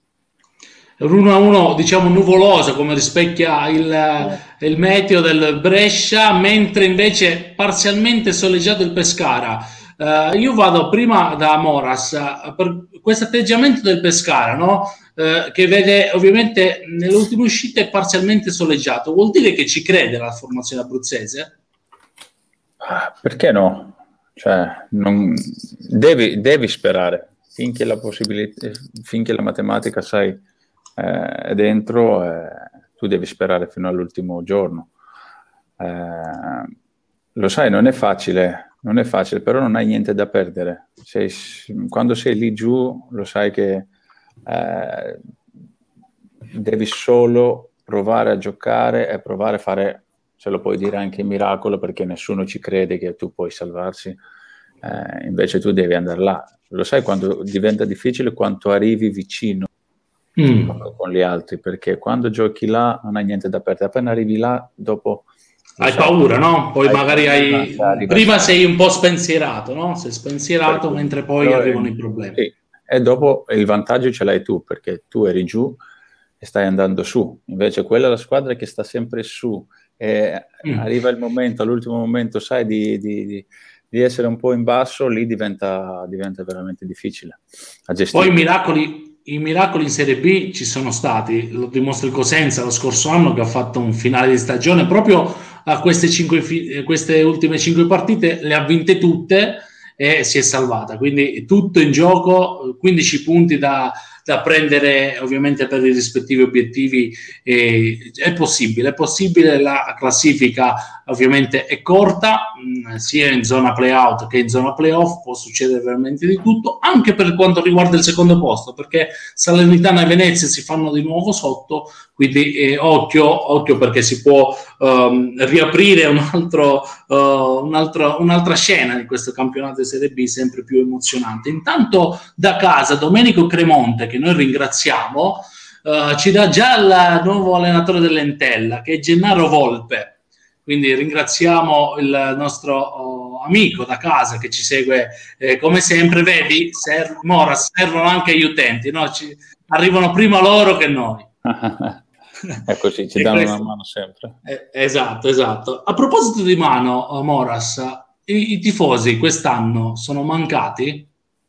Un uno a uno diciamo nuvoloso, come rispecchia il, il meteo del Brescia, mentre invece parzialmente soleggiato il Pescara. Uh, io vado prima da Moras, uh, per questo atteggiamento del Pescara, no? Uh, che vede ovviamente nelle ultime uscite parzialmente soleggiato, vuol dire che ci crede la formazione abruzzese? Perché no? Cioè, non, devi, devi sperare finché la possibilità, finché la matematica, sai, eh, è dentro, eh, tu devi sperare fino all'ultimo giorno. Eh, lo sai, non è facile. Non è facile, però non hai niente da perdere. Sei, quando sei lì giù, lo sai che eh, devi solo provare a giocare e provare a fare, se lo puoi dire anche miracolo, perché nessuno ci crede che tu puoi salvarsi. Eh, invece tu devi andare là. Lo sai quando diventa difficile, quanto arrivi vicino mm. con gli altri, perché quando giochi là non hai niente da perdere. Appena arrivi là, dopo... Hai paura, no? Poi hai magari hai... Prima sei un po' spensierato, no? Sei spensierato, perché, mentre poi però, arrivano i problemi. Sì. E dopo il vantaggio ce l'hai tu, perché tu eri giù e stai andando su. Invece quella è la squadra che sta sempre su. E mm. arriva il momento, all'ultimo momento, sai, di, di, di, di essere un po' in basso, lì diventa, diventa veramente difficile a gestire. Poi i miracoli... I miracoli in Serie B ci sono stati, lo dimostra il Cosenza lo scorso anno, che ha fatto un finale di stagione proprio a queste, cinque, queste ultime cinque partite, le ha vinte tutte e si è salvata, quindi tutto in gioco, quindici punti da, da prendere ovviamente per i rispettivi obiettivi. Eh, è possibile, è possibile, la classifica ovviamente è corta, mh, sia in zona play-out che in zona play-off, può succedere veramente di tutto, anche per quanto riguarda il secondo posto, perché Salernitana e Venezia si fanno di nuovo sotto, quindi eh, occhio, occhio perché si può um, riaprire un altro, uh, un altro, un'altra scena di questo campionato di Serie B sempre più emozionante. Intanto da casa Domenico Cremonte, che noi ringraziamo, uh, ci dà già il nuovo allenatore dell'Entella, che è Gennaro Volpe. Quindi ringraziamo il nostro oh, amico da casa che ci segue eh, come sempre. Vedi, ser- Mora, servono anche gli utenti, no? Ci arrivano prima loro che noi. È così, ci danno questo, una mano sempre. Eh, esatto, esatto. A proposito di mano, Moras, i, i tifosi quest'anno sono mancati?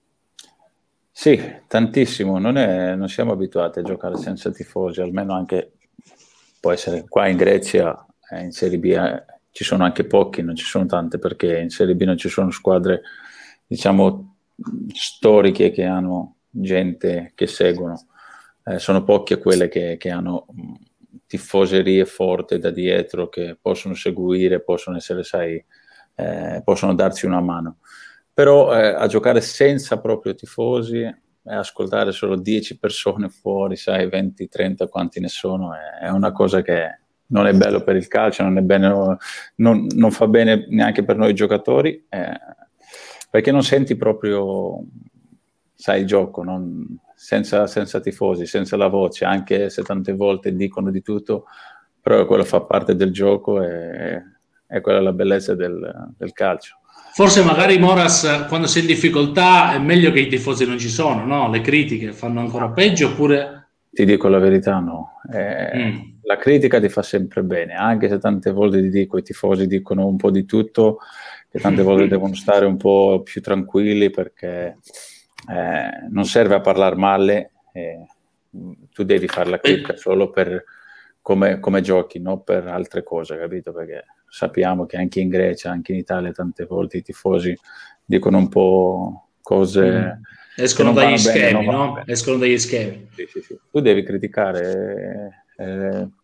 Sì, tantissimo. Non, è, non siamo abituati a giocare senza tifosi, almeno anche, può essere qua in Grecia. In Serie B eh, ci sono anche pochi, non ci sono tante, perché in Serie B non ci sono squadre, diciamo, storiche che hanno gente che seguono. Eh, sono poche quelle che, che hanno mh, tifoserie forti da dietro, che possono seguire, possono essere, sai, eh, possono darci una mano. Però eh, a giocare senza proprio tifosi e ascoltare solo dieci persone fuori, sai, venti trenta quanti ne sono, è, è una cosa che non è bello per il calcio, non è bene, non, non fa bene neanche per noi giocatori, eh, perché non senti proprio, sai, il gioco, non, senza, senza tifosi, senza la voce, anche se tante volte dicono di tutto, però quello fa parte del gioco e è quella la bellezza del, del calcio. Forse magari Moras, quando sei in difficoltà, è meglio che i tifosi non ci sono, no? Le critiche fanno ancora peggio, oppure... Ti dico la verità, no. Eh, mm. La critica ti fa sempre bene, anche se tante volte ti dico, i tifosi dicono un po' di tutto, che tante volte devono stare un po' più tranquilli, perché eh, non serve a parlare male, eh, tu devi fare la critica solo per come, come giochi, non per altre cose, capito? Perché sappiamo che anche in Grecia, anche in Italia, tante volte i tifosi dicono un po' cose... Mm. Escono dagli schemi, bene, no? Escono dagli schemi. Sì, sì, sì. Tu devi criticare, eh,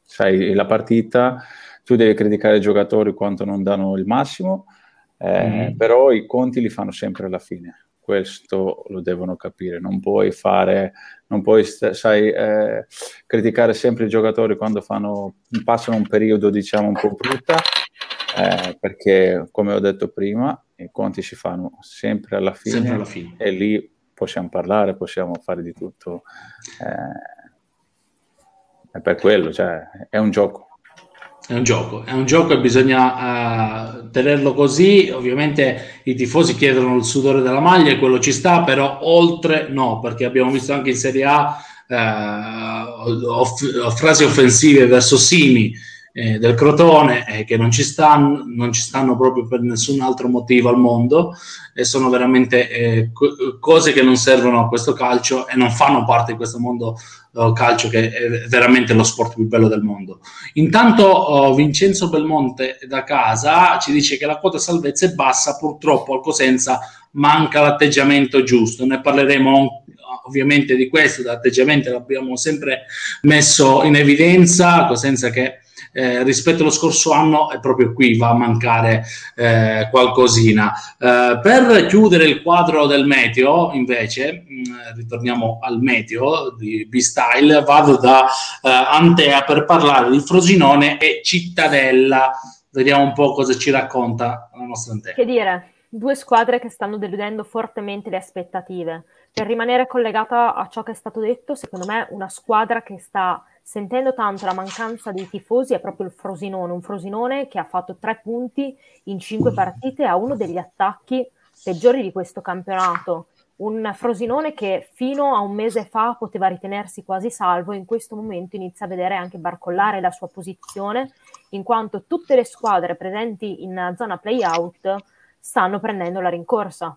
sai, la partita, tu devi criticare i giocatori quando non danno il massimo, eh, mm. però i conti li fanno sempre alla fine. Questo lo devono capire, non puoi fare, non puoi, sai, eh, criticare sempre i giocatori quando fanno, passano un periodo, diciamo, un po' brutta, eh, perché, come ho detto prima, i conti si fanno sempre alla fine, sempre alla fine. E lì possiamo parlare, possiamo fare di tutto, eh, è per quello, cioè, è un gioco. È un gioco, è un gioco e bisogna uh, tenerlo così. Ovviamente i tifosi chiedono il sudore della maglia e quello ci sta, però oltre no, perché abbiamo visto anche in Serie A uh, off- frasi offensive verso Simi eh, del Crotone eh, che non ci stanno, non ci stanno proprio per nessun altro motivo al mondo, e sono veramente eh, co- cose che non servono a questo calcio e non fanno parte di questo mondo uh, calcio, che è veramente lo sport più bello del mondo. Intanto uh, Vincenzo Belmonte da casa ci dice che la quota salvezza è bassa, purtroppo al Cosenza manca l'atteggiamento giusto. Ne parleremo ovviamente di questo, l'atteggiamento l'abbiamo sempre messo in evidenza. Cosenza che Eh, rispetto allo scorso anno è proprio qui va a mancare eh, qualcosina. Eh, per chiudere il quadro del meteo, invece, mh, ritorniamo al meteo di B-Style, vado da eh, Antea per parlare di Frosinone e Cittadella. Vediamo un po' cosa ci racconta la nostra Antea. Che dire, due squadre che stanno deludendo fortemente le aspettative. Per rimanere collegata a ciò che è stato detto, secondo me una squadra che sta sentendo tanto la mancanza dei tifosi è proprio il Frosinone, un Frosinone che ha fatto tre punti in cinque partite, ha uno degli attacchi peggiori di questo campionato, un Frosinone che fino a un mese fa poteva ritenersi quasi salvo, in questo momento inizia a vedere anche barcollare la sua posizione, in quanto tutte le squadre presenti in zona play-out stanno prendendo la rincorsa.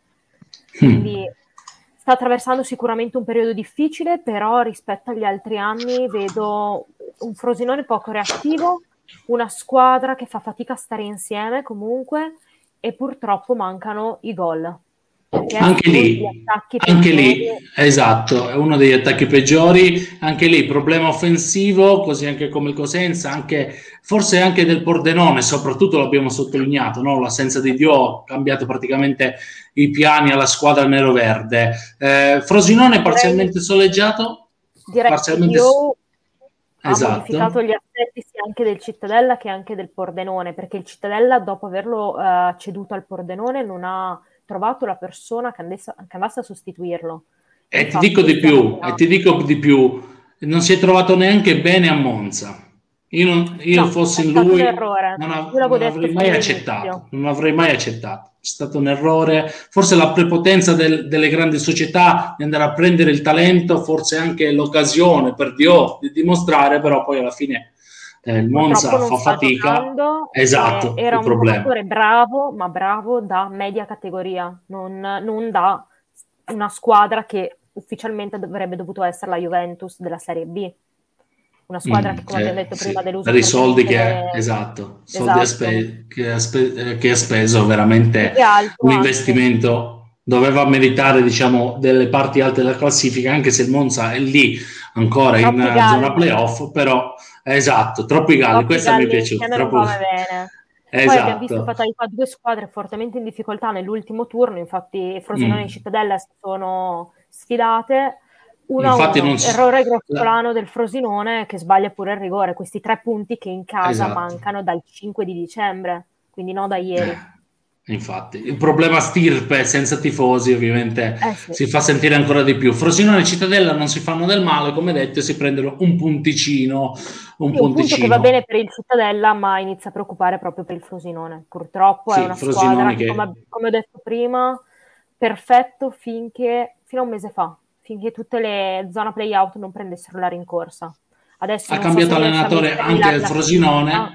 Quindi sta attraversando sicuramente un periodo difficile, però rispetto agli altri anni vedo un Frosinone poco reattivo, una squadra che fa fatica a stare insieme comunque, e purtroppo mancano i gol. Anche lì, anche lì, esatto, è uno degli attacchi peggiori, anche lì problema offensivo, così anche come il Cosenza, anche, forse anche del Pordenone, soprattutto l'abbiamo sottolineato, no? L'assenza di Dio ha cambiato praticamente i piani alla squadra nero-verde. Eh, Frosinone parzialmente soleggiato? Direi parzialmente... che Dio esatto. ha modificato gli aspetti sia anche del Cittadella che anche del Pordenone, perché il Cittadella, dopo averlo uh, ceduto al Pordenone, non ha trovato la persona che andasse, che andasse a sostituirlo. E ti dico di più, e ti dico di più, non si è trovato neanche bene a Monza. Io, non, io no, fossi in lui, non, av- non avrei mai accettato, non avrei mai accettato. È stato un errore, forse la prepotenza del, delle grandi società di andare a prendere il talento, forse anche l'occasione per Dio di dimostrare, però poi alla fine eh, il Monza fa fatica. Giocando, esatto, era il un problema. giocatore bravo, ma bravo da media categoria, non, non da una squadra che ufficialmente avrebbe dovuto essere la Juventus della Serie B. Una squadra mm, che, come eh, abbiamo detto sì, prima, deluso per i soldi che le... ha, esatto, soldi esatto. Ha spe- che, ha spe- che ha speso veramente un investimento anche. Doveva meritare, diciamo, delle parti alte della classifica, anche se il Monza è lì ancora troppi in galli. Zona playoff, però esatto, troppi galli, troppi questa galli mi è piaciuta. Troppo... Non va bene. Esatto. Poi abbiamo visto fatalità due squadre fortemente in difficoltà nell'ultimo turno, infatti Frosinone mm. e Cittadella sono sfidate. uno a uno, si... errore grossolano la... del Frosinone che sbaglia pure il rigore, questi tre punti che in casa esatto. mancano dal cinque di dicembre, quindi no da ieri. Eh, infatti, il problema stirpe senza tifosi ovviamente eh sì. si fa sentire ancora di più. Frosinone e Cittadella non si fanno del male, come detto, e si prendono un punticino. Un, sì, punticino. un punto che va bene per il Cittadella, ma inizia a preoccupare proprio per il Frosinone. Purtroppo sì, è una squadra che, come, come ho detto prima, perfetto finché fino a un mese fa. finché tutte le zone play-out non prendessero la rincorsa. Adesso ha cambiato so allenatore anche il Frosinone,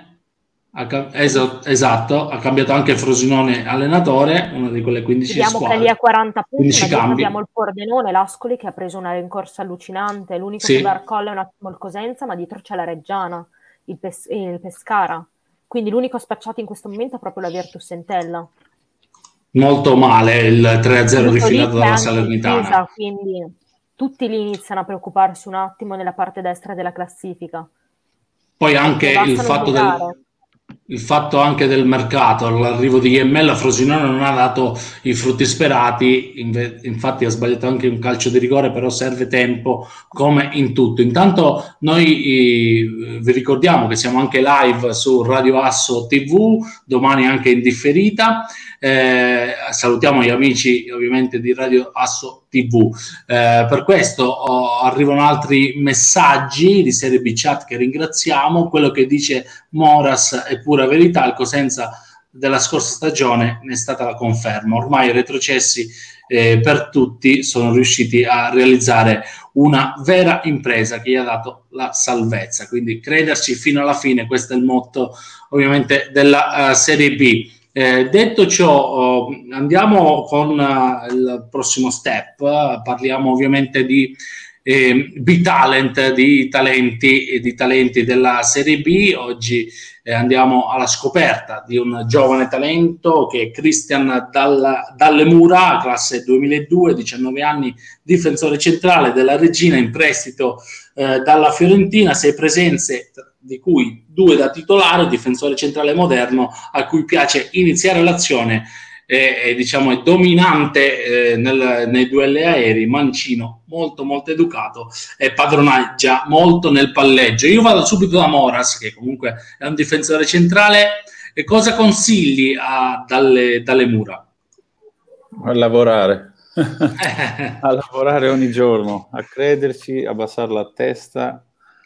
ha, esatto, esatto, ha cambiato anche il Frosinone allenatore, una di quelle quindici Vediamo squadre. che lì a quaranta punti, ma cambi. abbiamo il Pordenone, l'Ascoli che ha preso una rincorsa allucinante, l'unico sì. che barcolla è un attimo il Cosenza, ma dietro c'è la Reggiana, il, Pes- il Pescara, quindi l'unico spacciato in questo momento è proprio la Virtus Entella. Molto male il tre a zero rifilato dalla Salernitana. Pisa, quindi tutti lì iniziano a preoccuparsi un attimo nella parte destra della classifica. Poi anche il fatto del... Il fatto anche del mercato, l'arrivo di Iemmella a Frosinone non ha dato i frutti sperati, infatti ha sbagliato anche un calcio di rigore, però serve tempo come in tutto. Intanto noi eh, vi ricordiamo che siamo anche live su Radio Asso tivù, domani anche in differita. Eh, salutiamo gli amici ovviamente di Radio Asso tivù. Eh, per questo oh, arrivano altri messaggi di Serie B Chat che ringraziamo. Quello che dice Moras è pura verità, il Cosenza della scorsa stagione ne è stata la conferma. Ormai i retrocessi eh, per tutti sono riusciti a realizzare una vera impresa che gli ha dato la salvezza, quindi crederci fino alla fine, questo è il motto ovviamente della uh, Serie B. Eh, detto ciò, uh, andiamo con uh, il prossimo step, uh, parliamo ovviamente di eh, B-Talent, di talenti, di talenti della Serie B. Oggi eh, andiamo alla scoperta di un giovane talento che è Christian Dalla, Dallemura, classe duemiladue, diciannove anni, difensore centrale della Regina, in prestito eh, dalla Fiorentina, sei presenze di cui due da titolare, difensore centrale moderno a cui piace iniziare l'azione, è, è, diciamo, è dominante eh, nel, nei duelli aerei, mancino, molto molto educato e padroneggia molto nel palleggio. Io vado subito da Moras, che comunque è un difensore centrale. E cosa consigli a dalle, dalle mura? A lavorare a lavorare ogni giorno, a crederci, abbassare la testa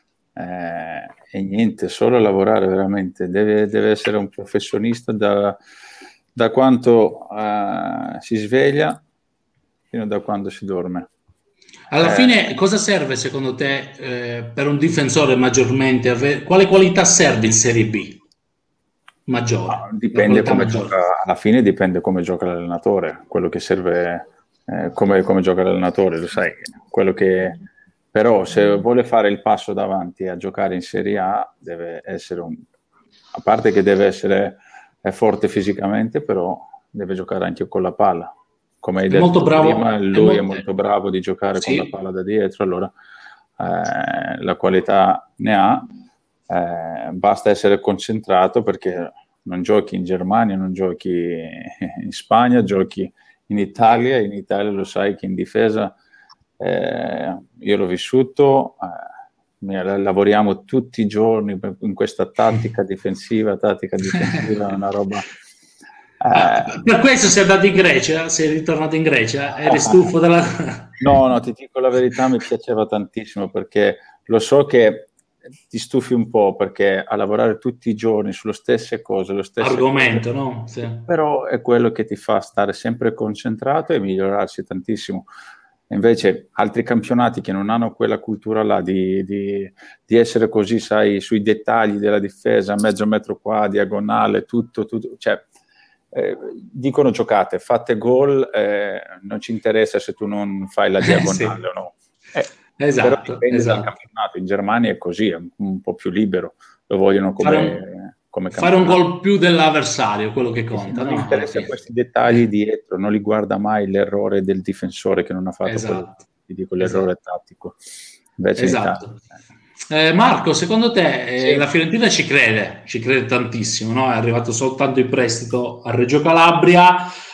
eh, e niente, solo a lavorare veramente. Deve, deve essere un professionista da da quanto uh, si sveglia fino a da quando si dorme. Alla eh, fine cosa serve secondo te eh, per un difensore maggiormente? Ave- quale qualità serve in Serie B? Maggiore? No, dipende come maggiore. Gioca, alla fine dipende come gioca l'allenatore, quello che serve, eh, come, come gioca l'allenatore, lo sai, quello che... Però se vuole fare il passo davanti a giocare in Serie A deve essere un... a parte che deve essere è forte fisicamente, però deve giocare anche con la palla. Come hai detto molto bravo, prima, lui è molto, è molto bravo di giocare sì. con la palla da dietro, allora eh, la qualità ne ha, eh, basta essere concentrato, perché non giochi in Germania, non giochi in Spagna, giochi in Italia, in Italia lo sai che in difesa, eh, io l'ho vissuto, eh, lavoriamo tutti i giorni in questa tattica difensiva, tattica difensiva è una roba... Eh... Per questo sei andato in Grecia, sei ritornato in Grecia, eri stufo della... No, no, ti dico la verità, mi piaceva tantissimo, perché lo so che ti stufi un po', perché a lavorare tutti i giorni sulle stesse cose, lo stesso argomento, cose, no? Sì. Però è quello che ti fa stare sempre concentrato e migliorarsi tantissimo. Invece altri campionati che non hanno quella cultura là di, di, di essere così, sai, sui dettagli della difesa, mezzo metro qua, diagonale, tutto, tutto, cioè eh, dicono giocate, fate gol, eh, non ci interessa se tu non fai la diagonale eh, sì. o no. Eh, esatto, però dipende esatto. dal campionato. In Germania è così, è un, un po' più libero, lo vogliono come... Fare un... Come fare un gol più dell'avversario, quello che conta. Non no? interessa questi dettagli dietro, non li guarda mai l'errore del difensore che non ha fatto esatto. quello, ti dico, l'errore esatto. tattico. Invece esatto. Eh, Marco, secondo te eh, sì. la Fiorentina ci crede, ci crede tantissimo, no? È arrivato soltanto in prestito a Reggio Calabria.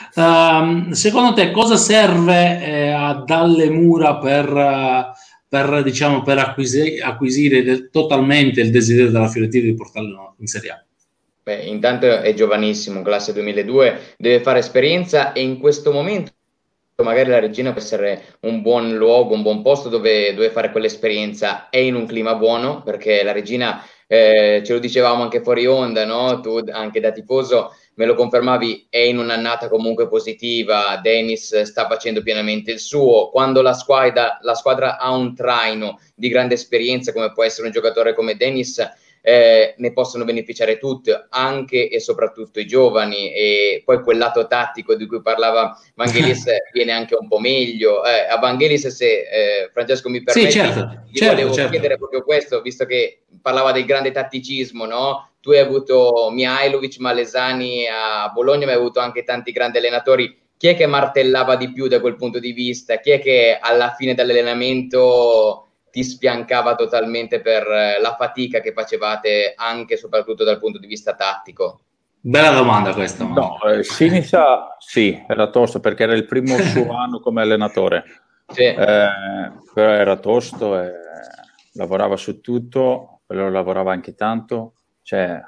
Um, secondo te cosa serve eh, a Dalle Mura per... Uh, per, diciamo, per acquisire, acquisire del, totalmente il desiderio della Fiorentina di portarlo in Serie A? Beh, intanto è giovanissimo, classe duemiladue, deve fare esperienza e in questo momento magari la Regina può essere un buon luogo, un buon posto dove, dove fare quell'esperienza. È in un clima buono, perché la Regina, eh, ce lo dicevamo anche fuori onda, no? Tu anche da tifoso me lo confermavi, è in un'annata comunque positiva, Dennis sta facendo pienamente il suo, quando la squadra, la squadra ha un traino di grande esperienza, come può essere un giocatore come Dennis, eh, ne possono beneficiare tutti, anche e soprattutto i giovani, e poi quel lato tattico di cui parlava Vangelis viene anche un po' meglio. Eh, a Vangelis, se eh, Francesco mi permetti, sì, certo, ti certo, volevo certo. chiedere proprio questo, visto che parlava del grande tatticismo, no? Tu hai avuto Mihailovic, Malesani a Bologna, ma hai avuto anche tanti grandi allenatori. Chi è che martellava di più da quel punto di vista? Chi è che alla fine dell'allenamento ti sfiancava totalmente per eh, la fatica che facevate anche e soprattutto dal punto di vista tattico? Bella domanda questa. No, eh, Sinisa sì, era tosto perché era il primo suo anno come allenatore, Sì. eh, però era tosto e lavorava su tutto, però lavorava anche tanto, cioè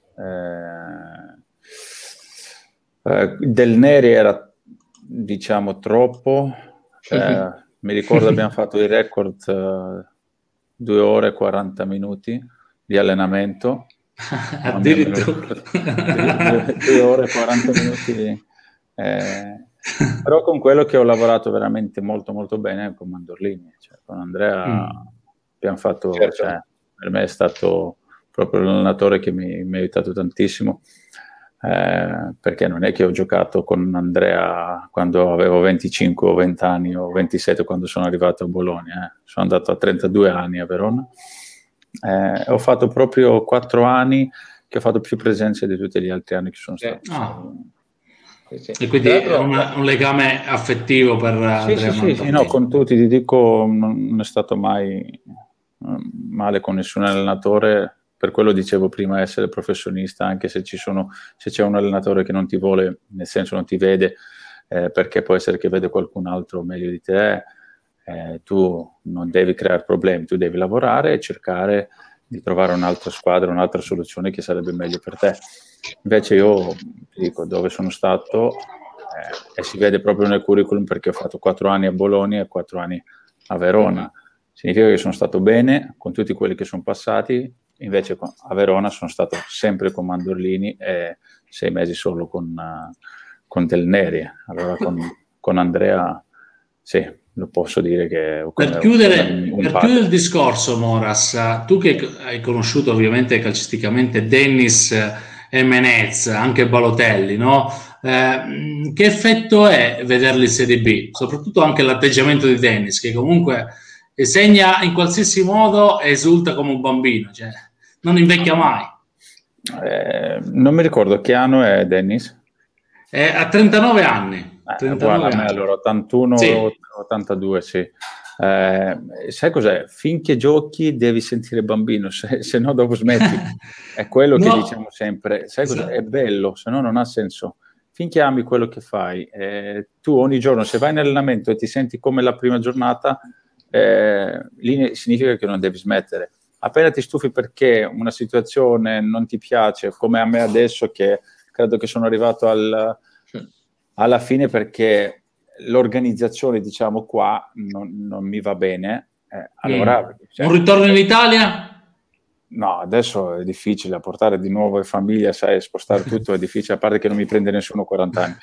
eh, eh, Del Neri era diciamo troppo, eh, mi ricordo abbiamo fatto il record uh, due ore e quaranta minuti di allenamento. Addirittura due, due ore e quaranta minuti, eh, però con quello che ho lavorato veramente molto molto bene con Mandorlini, cioè, con Andrea mm. abbiamo fatto, certo. Cioè, per me è stato proprio l'allenatore che mi, mi ha aiutato tantissimo, eh, perché non è che ho giocato con Andrea quando avevo venticinque o venti anni o ventisette quando sono arrivato a Bologna, eh. Sono andato a trentadue anni a Verona, eh, ho fatto proprio quattro anni che ho fatto più presenze di tutti gli altri anni che sono stato. Ah. Sì, sì. E quindi è un, un legame affettivo per sì, Andrea sì, sì, no, con tutti, ti dico, non è stato mai male con nessun allenatore. Per quello dicevo prima, essere professionista, anche se ci sono, se c'è un allenatore che non ti vuole, nel senso non ti vede, eh, perché può essere che vede qualcun altro meglio di te, eh, tu non devi creare problemi, tu devi lavorare e cercare di trovare un'altra squadra, un'altra soluzione che sarebbe meglio per te. Invece io ti dico dove sono stato, eh, e si vede proprio nel curriculum, perché ho fatto quattro anni a Bologna e quattro anni a Verona. Significa che sono stato bene con tutti quelli che sono passati. Invece a Verona sono stato sempre con Mandorlini e sei mesi solo con, uh, con Del Neri. Allora con, con Andrea sì, lo posso dire che... Per, chiudere, un, un per chiudere il discorso, Moras, tu che hai conosciuto ovviamente calcisticamente Dennis e Menez, anche Balotelli, no? Eh, che effetto è vederli in Serie B? Soprattutto anche l'atteggiamento di Dennis, che comunque segna in qualsiasi modo e esulta come un bambino, cioè non invecchia mai. Eh, non mi ricordo che anno è Dennis. Eh, ha trentanove anni. Eh, trentanove anni. A me, allora ottantuno, sì. ottantadue, sì. Eh, sai cos'è? Finché giochi devi sentire bambino, se, se no dopo smetti. È quello no. che diciamo sempre. Sai cos'è? È bello, se no non ha senso. Finché ami quello che fai, eh, tu ogni giorno, se vai in allenamento e ti senti come la prima giornata, Eh, lì significa che non devi smettere. Appena ti stufi perché una situazione non ti piace, come a me adesso, che credo che sono arrivato al, alla fine perché l'organizzazione, diciamo qua, non, non mi va bene, eh, allora mm. cioè, un ritorno in Italia? No, adesso è difficile portare di nuovo in famiglia, sai, spostare tutto è difficile, a parte che non mi prende nessuno quaranta anni.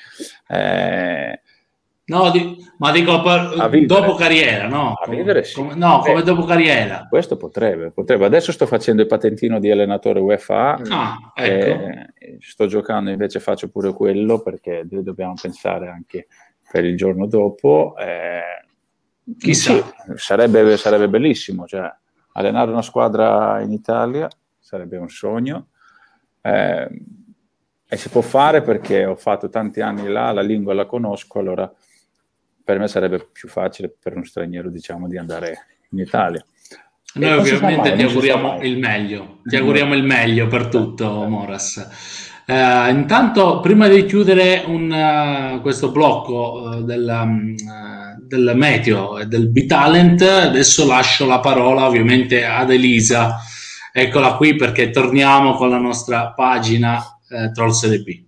Eh, No, di, ma dico per, dopo carriera, no? A vivere sì. Come, no, come dopo carriera. Questo potrebbe, potrebbe. Adesso sto facendo il patentino di allenatore UEFA. Ah, ecco. eh, sto giocando, invece faccio pure quello, perché dobbiamo pensare anche per il giorno dopo. Eh, Chissà. Sì, sarebbe, sarebbe bellissimo. Cioè, allenare una squadra in Italia sarebbe un sogno. Eh, e si può fare perché ho fatto tanti anni là, la lingua la conosco, allora per me sarebbe più facile per uno straniero, diciamo, di andare in Italia. Noi e ovviamente mai, ti auguriamo il meglio, ti auguriamo il meglio per tutto, Moras. Uh, intanto, prima di chiudere un, uh, questo blocco uh, del, um, uh, del meteo e del B-Talent, adesso lascio la parola ovviamente ad Elisa. Eccola qui perché torniamo con la nostra pagina uh, Troll Serie B.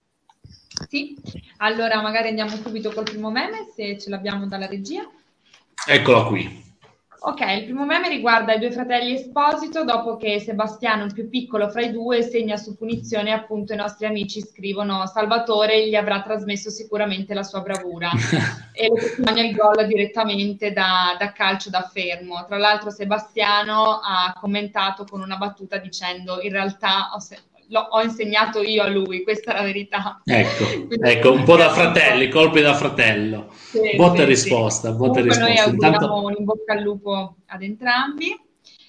Sì, allora magari andiamo subito col primo meme, se ce l'abbiamo dalla regia. Eccola qui. Ok, il primo meme riguarda i due fratelli Esposito, dopo che Sebastiano, il più piccolo fra i due, segna su punizione, appunto i nostri amici scrivono Salvatore gli avrà trasmesso sicuramente la sua bravura e lo testimonia il gol direttamente da, da calcio da fermo. Tra l'altro Sebastiano ha commentato con una battuta dicendo in realtà ho se- L'ho, ho insegnato io a lui, questa è la verità. Ecco, ecco un po' da fratelli, colpi da fratello. Sì, botta e sì, risposta, sì. Botta e risposta. Noi auguriamo Intanto... un in bocca al lupo ad entrambi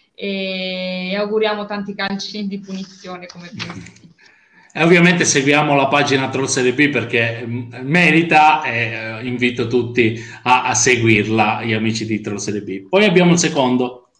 e auguriamo tanti calci di punizione come prima. E ovviamente seguiamo la pagina Troll Serie B perché merita e invito tutti a, a seguirla, gli amici di Troll Serie B. Poi abbiamo il secondo.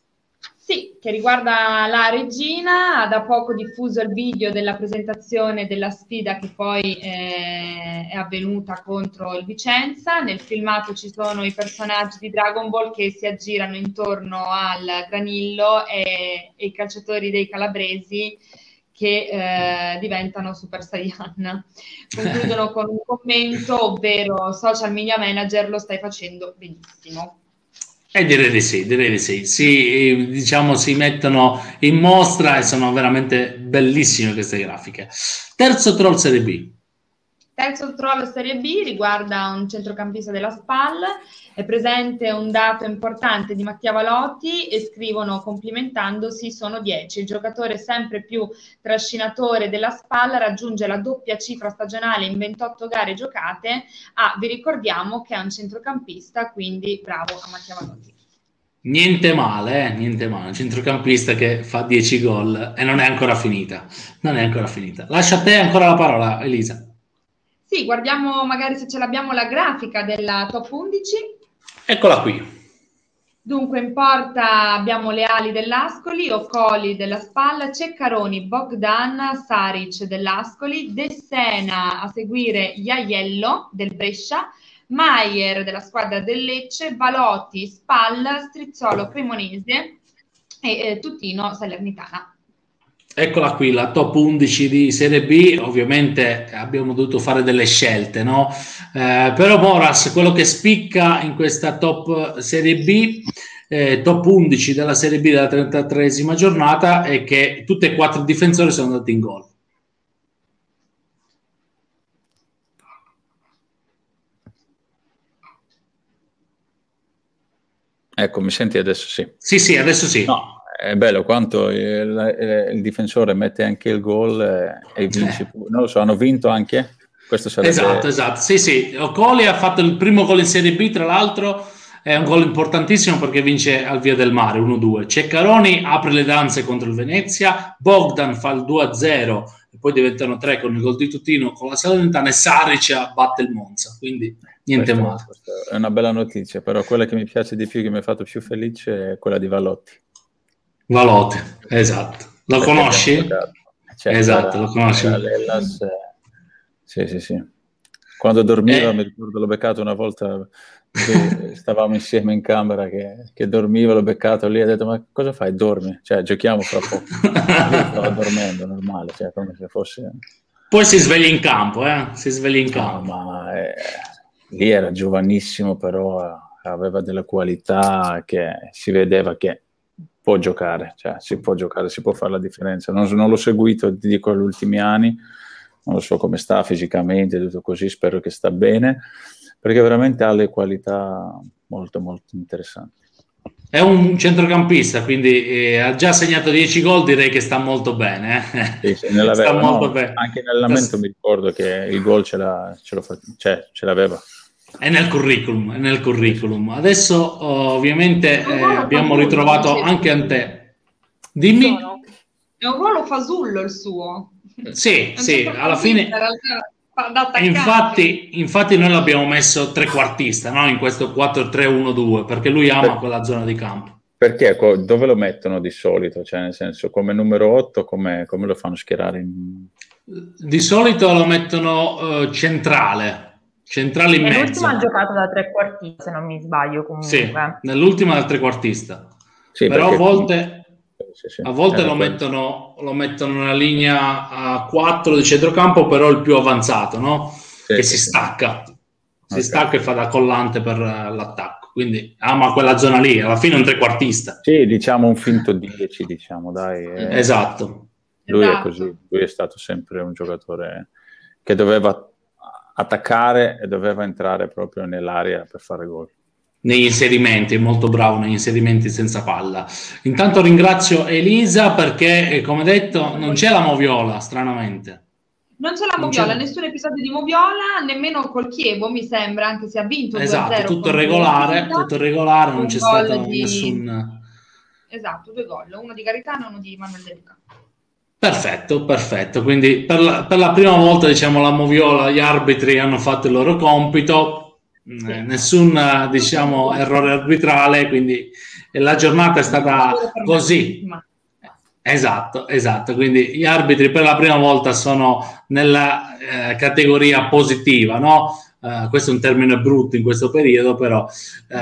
che riguarda la regina. Ha da poco diffuso il video della presentazione della sfida che poi eh, è avvenuta contro il Vicenza. Nel filmato ci sono i personaggi di Dragon Ball che si aggirano intorno al granillo e, e i calciatori dei calabresi che eh, diventano Super Saiyan. Concludono con un commento, ovvero social media manager, lo stai facendo benissimo. E direi di sì, direi di sì. Si, diciamo, si mettono in mostra e sono veramente bellissime queste grafiche. Terzo troll Serie B. Terzo troll Serie B riguarda un centrocampista della Spal. È presente un dato importante di Mattia Valotti e scrivono complimentandosi: sono dieci. Il giocatore sempre più trascinatore della Spal raggiunge la doppia cifra stagionale in ventotto gare giocate. Ah, vi ricordiamo che è un centrocampista, quindi bravo a Mattia Valotti. Niente male, eh? Niente male. Un centrocampista che fa dieci gol e non è ancora finita. Non è ancora finita. Lascia a te ancora la parola, Elisa. Sì, guardiamo magari se ce l'abbiamo la grafica della top undici. Eccola qui. Dunque in porta abbiamo le ali dell'Ascoli, Occoli della Spal, Ceccaroni, Bogdan, Saric dell'Ascoli, De Sena, a seguire Iaiello del Brescia, Maier della squadra del Lecce, Valotti, Spal, Strizzolo Cremonese e eh, Tutino Salernitana. Eccola qui, la top undici di Serie B. Ovviamente abbiamo dovuto fare delle scelte, no? Eh, però Moras, quello che spicca in questa top Serie B, eh, top undici della Serie B della trentatreesima giornata, è che tutti e quattro i difensori sono andati in gol. Ecco, mi senti adesso? Sì. Sì, sì, adesso sì. No. È bello quanto il, il difensore mette anche il gol e, e vince. Eh. Non lo so, hanno vinto anche? Questo sarebbe... Esatto, esatto. Sì, sì. Occoli ha fatto il primo gol in Serie B, tra l'altro è un gol importantissimo perché vince al Via del Mare uno due. Ceccaroni apre le danze contro il Venezia, Bogdan fa il due a zero e poi diventano tre con il gol di Tutino con la Salernitana e Saric batte il Monza, quindi niente questo, male. Questa è una bella notizia, però quella che mi piace di più, che mi ha fatto più felice, è quella di Valotti. Valotti, esatto. Lo perché conosci? Cioè, esatto, era, lo conosci. L'Hellas, eh, sì, sì, sì. Quando dormiva, eh. mi ricordo, l'ho beccato una volta, stavamo insieme in camera, che, che dormiva, l'ho beccato lì, e ho detto, ma cosa fai? Dormi? Cioè, giochiamo fra poco. Stava dormendo, normale, cioè, come se fosse... Poi si sveglia in campo, eh? Si sveglia in campo. No, ma eh, lì era giovanissimo, però aveva delle qualità che si vedeva che può giocare, cioè si può giocare, si può fare la differenza. Non, non l'ho seguito, ti dico, negli ultimi anni, non lo so come sta fisicamente, tutto così, spero che sta bene, perché veramente ha le qualità molto molto interessanti. È un centrocampista, quindi eh, ha già segnato dieci gol, direi che sta molto bene. Eh? Sì, sì, sta vera, molto no, bene. Anche nell'allenamento mi ricordo che il gol ce, l'ha, ce, lo fa, cioè, ce l'aveva. È nel curriculum, è nel curriculum. Adesso ovviamente eh, abbiamo ritrovato anche Ante. Dimmi. È un ruolo fasullo il suo. Sì, sì, alla fine. Infatti, infatti noi l'abbiamo messo trequartista, no? In questo quattro tre uno due, perché lui ama per, quella zona di campo. Perché dove lo mettono di solito? Cioè, nel senso, come numero otto, come, come lo fanno schierare? In... Di solito lo mettono uh, centrale. Centrale in mezzo. Nell'ultima ha giocato da trequartista, se non mi sbaglio, comunque. Sì, nell'ultima da trequartista. Sì, però a volte, sì, sì. a volte lo, mettono, lo mettono nella linea a quattro di centrocampo, però il più avanzato, no? Sì, che sì, si stacca. Sì. Si okay. stacca e fa da collante per l'attacco. Quindi ama quella zona lì, alla fine è un trequartista. Sì, diciamo un finto dieci, diciamo, dai. Eh. Esatto. Lui esatto. è così, lui è stato sempre un giocatore che doveva attaccare e doveva entrare proprio nell'area per fare gol. Negli inserimenti, è molto bravo negli inserimenti senza palla. Intanto ringrazio Elisa perché, come detto, non c'è la Moviola, stranamente. Non c'è la Moviola, nessun episodio di Moviola, nemmeno col Chievo, mi sembra, anche se ha vinto esatto, due a zero. Tutto regolare, tutto regolare, non c'è stato di... nessun... Esatto, due gol, uno di Garitano e uno di Manuel De Luca. Perfetto, perfetto. Quindi per la, per la prima volta, diciamo, la Moviola, gli arbitri hanno fatto il loro compito, sì. eh, nessun, diciamo, errore arbitrale, quindi e la giornata è stata così. Esatto, esatto, quindi gli arbitri per la prima volta sono nella eh, categoria positiva, no? Uh, questo è un termine brutto in questo periodo, però uh,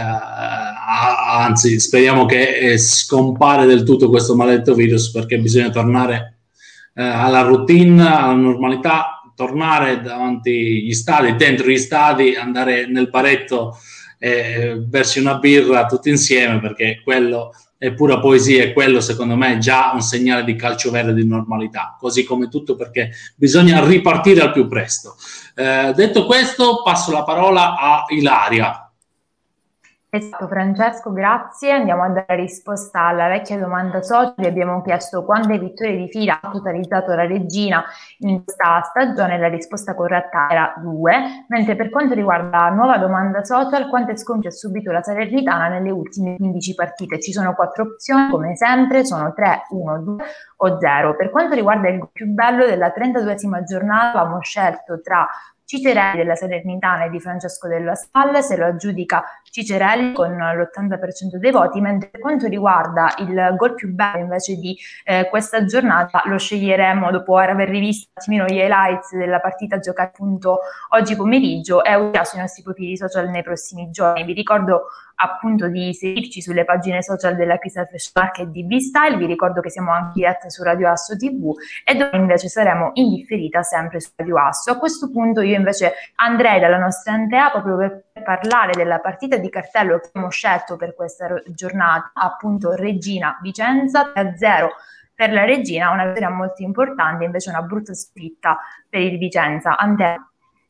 anzi speriamo che eh, scompare del tutto questo maledetto virus, perché bisogna tornare uh, alla routine, alla normalità, tornare davanti agli stadi, dentro gli stadi, andare nel baretto e berci una birra tutti insieme, perché quello è pura poesia, e quello secondo me è già un segnale di calcio vero e di normalità, così come tutto, perché bisogna ripartire al più presto. Eh, detto questo, passo la parola a Ilaria. Esatto, Francesco, grazie. Andiamo a dare risposta alla vecchia domanda social. Vi abbiamo chiesto quante vittorie di fila ha totalizzato la Regina in questa stagione. La risposta corretta era due, mentre per quanto riguarda la nuova domanda social, quante sconfitte ha subito la Salernitana nelle ultime quindici partite? Ci sono quattro opzioni, come sempre, sono tre, uno, due o zero. Per quanto riguarda il più bello della trentaduesima giornata, abbiamo scelto tra Cicerelli della Salernitana e di Francesco della Spalla, se lo aggiudica Cicerelli con l'ottanta per cento dei voti, mentre per quanto riguarda il gol più bello invece di eh, questa giornata lo sceglieremo dopo aver rivisto un attimino gli highlights della partita giocata appunto oggi pomeriggio e uscirà sui nostri profili social nei prossimi giorni. Vi ricordo appunto di seguirci sulle pagine social della Crystal Fresh Market di B-Style, vi ricordo che siamo anche dirette su Radio Asso tivù e domani invece saremo in differita sempre su Radio Asso. A questo punto io invece andrei dalla nostra Antea proprio per parlare della partita di cartello che abbiamo scelto per questa giornata, appunto Regina Vicenza tre a zero per la Regina, una vittoria molto importante, invece una brutta sconfitta per il Vicenza. Antea.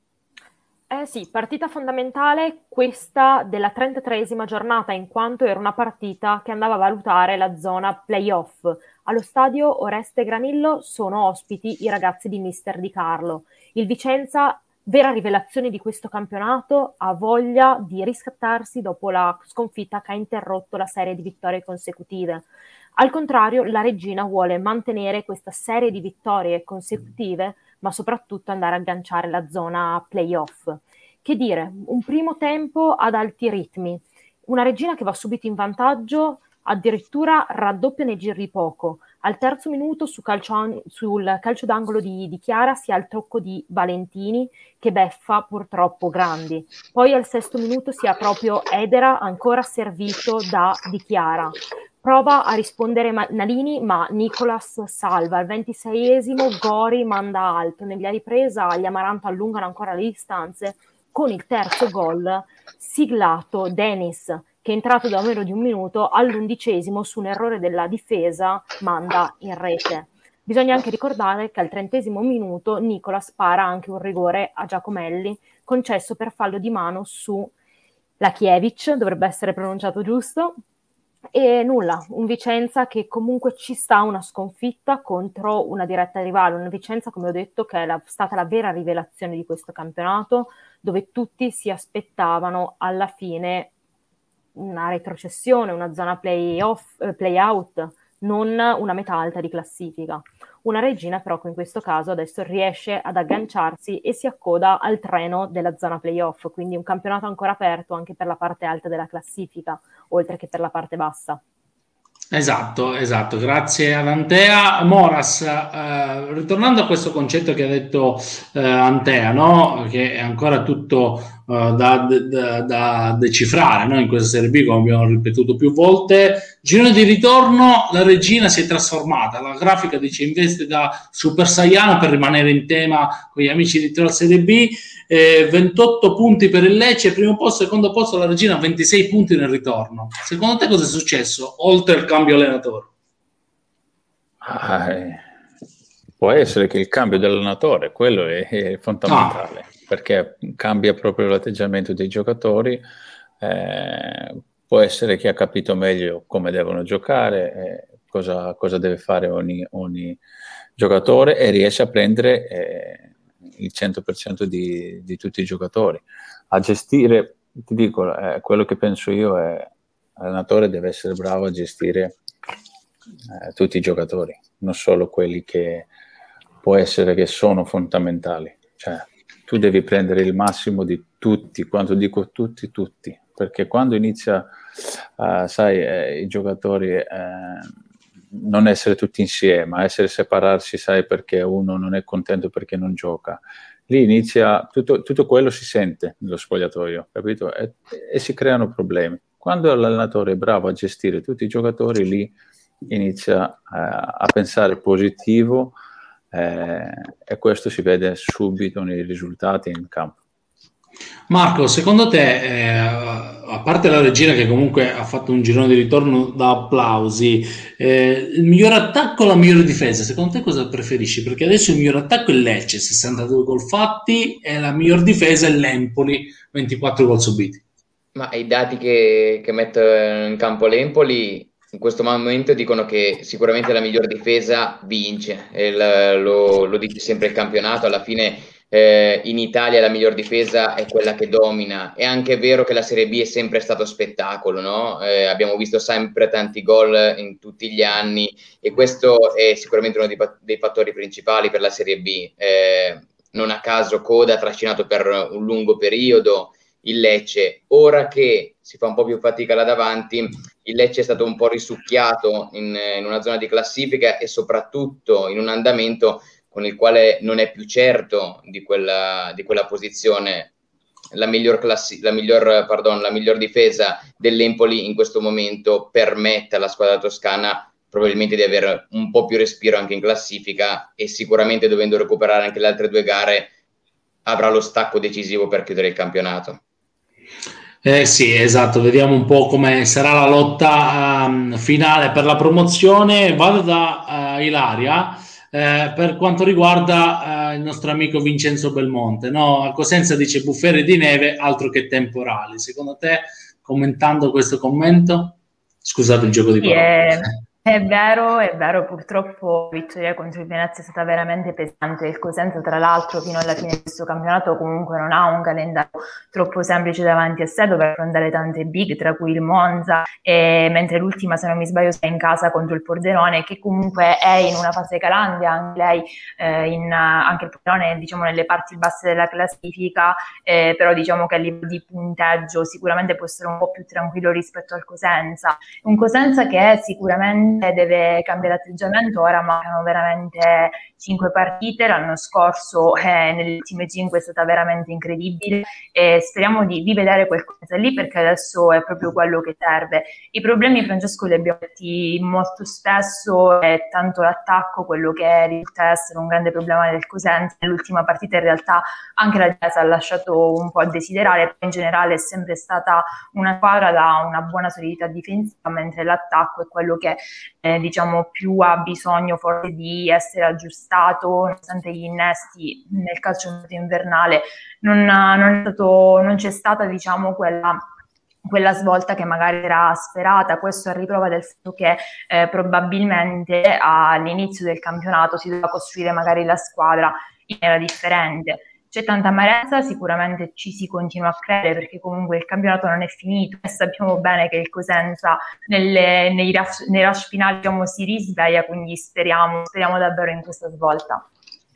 Eh sì, partita fondamentale questa della trentatreesima giornata, in quanto era una partita che andava a valutare la zona playoff. Allo stadio Oreste Granillo sono ospiti i ragazzi di Mister Di Carlo. Il Vicenza, vera rivelazione di questo campionato, ha voglia di riscattarsi dopo la sconfitta che ha interrotto la serie di vittorie consecutive. Al contrario, la Regina vuole mantenere questa serie di vittorie consecutive, ma soprattutto andare a agganciare la zona playoff. Che dire, un primo tempo ad alti ritmi, una Regina che va subito in vantaggio, addirittura raddoppia nei giri di poco. Al terzo minuto su calcio, sul calcio d'angolo di, di Chiara si ha il tocco di Valentini che beffa purtroppo Grandi. Poi al sesto minuto si ha proprio Edera ancora servito da Di Chiara. Prova a rispondere Nalini, ma Nicolas salva. Al ventiseiesimo Gori manda alto. Nella ripresa gli Amaranto allungano ancora le distanze con il terzo gol siglato Dennis, che è entrato da meno di un minuto, all'undicesimo su un errore della difesa manda in rete. Bisogna anche ricordare che al trentesimo minuto Nicolas spara anche un rigore a Giacomelli, concesso per fallo di mano su Lakiewicz, dovrebbe essere pronunciato giusto. E nulla, un Vicenza che comunque ci sta una sconfitta contro una diretta rivale, un Vicenza, come ho detto, che è la, stata la vera rivelazione di questo campionato, dove tutti si aspettavano alla fine una retrocessione, una zona play-off, eh, play-out, non una metà alta di classifica. Una Regina però che in questo caso adesso riesce ad agganciarsi e si accoda al treno della zona playoff, quindi un campionato ancora aperto anche per la parte alta della classifica, oltre che per la parte bassa. Esatto, esatto, grazie ad Antea. Moras, eh, ritornando a questo concetto che ha detto eh, Antea, no? Che è ancora tutto eh, da, da, da decifrare, no? In questa Serie B, come abbiamo ripetuto più volte. Girone di ritorno, la Regina si è trasformata, la grafica dice investe da Super Saiyan, per rimanere in tema con gli amici di Troll Serie B, eh, ventotto punti per il Lecce, primo posto, secondo posto la Regina, ventisei punti nel ritorno. Secondo te cosa è successo, oltre il cambio allenatore? Ah, eh, può essere che il cambio dell'allenatore, quello è, è fondamentale, ah. perché cambia proprio l'atteggiamento dei giocatori, eh, può essere che ha capito meglio come devono giocare, eh, cosa, cosa deve fare ogni, ogni giocatore e riesce a prendere eh, il cento per cento di, di tutti i giocatori. A gestire, ti dico, eh, quello che penso io è l'allenatore deve essere bravo a gestire eh, tutti i giocatori, non solo quelli che può essere che sono fondamentali. Cioè, tu devi prendere il massimo di tutti, quando dico tutti, tutti, perché quando inizia uh, sai, eh, i giocatori eh, non essere tutti insieme, essere separarsi, sai, perché uno non è contento perché non gioca. Lì inizia, tutto, tutto quello si sente nello spogliatoio, capito? E, e si creano problemi. Quando l'allenatore è bravo a gestire tutti i giocatori, lì inizia eh, a pensare positivo eh, e questo si vede subito nei risultati in campo. Marco, secondo te, eh, a parte la regina che comunque ha fatto un girone di ritorno da applausi, eh, il miglior attacco o la migliore difesa? Secondo te cosa preferisci? Perché adesso il miglior attacco è Lecce, sessantadue gol fatti, e la miglior difesa è l'Empoli, ventiquattro gol subiti. Ma i dati che, che metto in campo l'Empoli in questo momento dicono che sicuramente la miglior difesa vince, e l- lo, lo dice sempre il campionato, alla fine eh, in Italia la miglior difesa è quella che domina. È anche vero che la Serie B è sempre stato spettacolo, no? Eh, abbiamo visto sempre tanti gol in tutti gli anni e questo è sicuramente uno dei, dei fattori principali per la Serie B. Eh, non a caso Coda ha trascinato per un lungo periodo il Lecce. Ora che si fa un po' più fatica là davanti, il Lecce è stato un po' risucchiato in, in una zona di classifica e soprattutto in un andamento con il quale non è più certo di quella, di quella posizione. La miglior, classi- la, miglior, pardon, la miglior difesa dell'Empoli in questo momento permette alla squadra toscana probabilmente di avere un po' più respiro anche in classifica, e sicuramente, dovendo recuperare anche le altre due gare, avrà lo stacco decisivo per chiudere il campionato. Eh sì, esatto, vediamo un po' come sarà la lotta um, finale per la promozione. Vado da uh, Ilaria eh, per quanto riguarda uh, il nostro amico Vincenzo Belmonte, no? A Cosenza dice bufere di neve, altro che temporali. Secondo te, commentando questo commento? Scusate il gioco di parole. È vero, è vero, purtroppo la vittoria contro il Venezia è stata veramente pesante. Il Cosenza, tra l'altro, fino alla fine di questo campionato comunque non ha un calendario troppo semplice davanti a sé, dove affrontare tante big, tra cui il Monza, e mentre l'ultima, se non mi sbaglio, sta in casa contro il Pordenone, che comunque è in una fase calante, anche lei, eh, in, anche il Pordenone è, diciamo, nelle parti basse della classifica, eh, però diciamo che a livello di punteggio sicuramente può essere un po' più tranquillo rispetto al Cosenza. Un Cosenza che sicuramente deve cambiare atteggiamento. Ora mancano veramente cinque partite, l'anno scorso eh, nelle ultime cinque è stata veramente incredibile, e speriamo di, di vedere qualcosa lì, perché adesso è proprio quello che serve. I problemi, Francesco, li abbiamo detti molto spesso, è tanto l'attacco quello che risulta essere un grande problema del Cosenza. Nell'ultima partita in realtà anche la difesa ha lasciato un po' a desiderare, in generale è sempre stata una squadra da una buona solidità difensiva, mentre l'attacco è quello che Eh, diciamo più ha bisogno forse di essere aggiustato, nonostante gli innesti nel calcio invernale non, non, è stato, non c'è stata, diciamo, quella quella svolta che magari era sperata. Questo a riprova del fatto che eh, probabilmente all'inizio del campionato si doveva costruire magari la squadra in maniera differente. C'è tanta amarezza, sicuramente ci si continua a credere, perché comunque il campionato non è finito e sappiamo bene che il Cosenza nelle, nei, rush, nei rush finali, diciamo, si risveglia, quindi speriamo, speriamo davvero in questa svolta.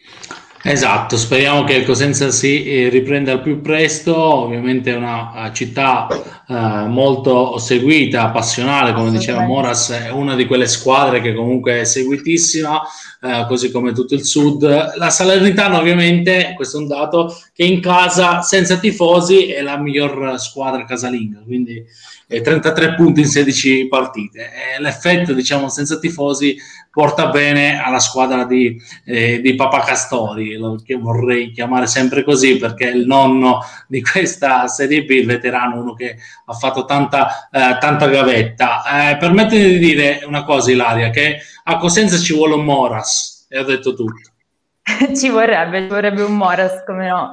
Esatto, speriamo che il Cosenza si riprenda al più presto. Ovviamente è una città eh, molto seguita, passionale, come diceva Moras, è una di quelle squadre che comunque è seguitissima, eh, così come tutto il sud. La Salernitana, ovviamente, questo è un dato, che in casa senza tifosi è la miglior squadra casalinga, quindi eh, trentatré punti in sedici partite. E l'effetto, diciamo, senza tifosi porta bene alla squadra di, eh, di Papa Castori, lo che vorrei chiamare sempre così, perché è il nonno di questa Serie B, il veterano, uno che ha fatto tanta, eh, tanta gavetta. Eh, permettimi di dire una cosa, Ilaria, che a Cosenza ci vuole un Moras, e ho detto tutto. ci vorrebbe, ci vorrebbe un Moras, come no?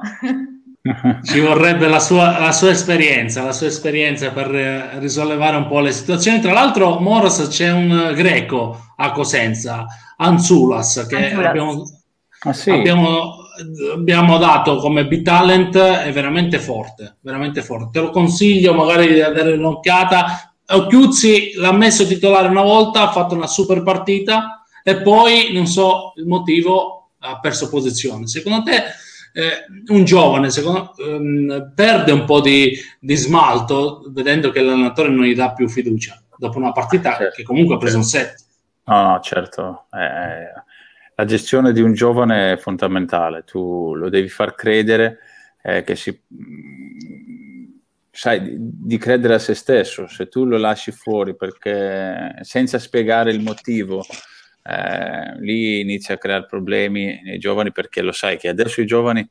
Ci vorrebbe la sua, la sua esperienza, la sua esperienza per eh, risollevare un po' le situazioni. Tra l'altro, Moras, c'è un greco a Cosenza, Anzulas, che Anzulas. abbiamo, ah, sì. abbiamo, abbiamo dato come B-talent, è veramente forte, veramente forte. Te lo consiglio magari di dare un'occhiata. Occhiuzzi l'ha messo titolare una volta, ha fatto una super partita e poi, non so il motivo, ha perso posizione. Secondo te eh, un giovane secondo, ehm, perde un po' di, di smalto vedendo che l'allenatore non gli dà più fiducia dopo una partita certo, che comunque ha preso certo. un set. No, no, certo. Eh, la gestione di un giovane è fondamentale, tu lo devi far credere eh, che si... sai, di, di credere a se stesso. Se tu lo lasci fuori perché senza spiegare il motivo, eh, lì inizia a creare problemi nei giovani, perché lo sai che adesso i giovani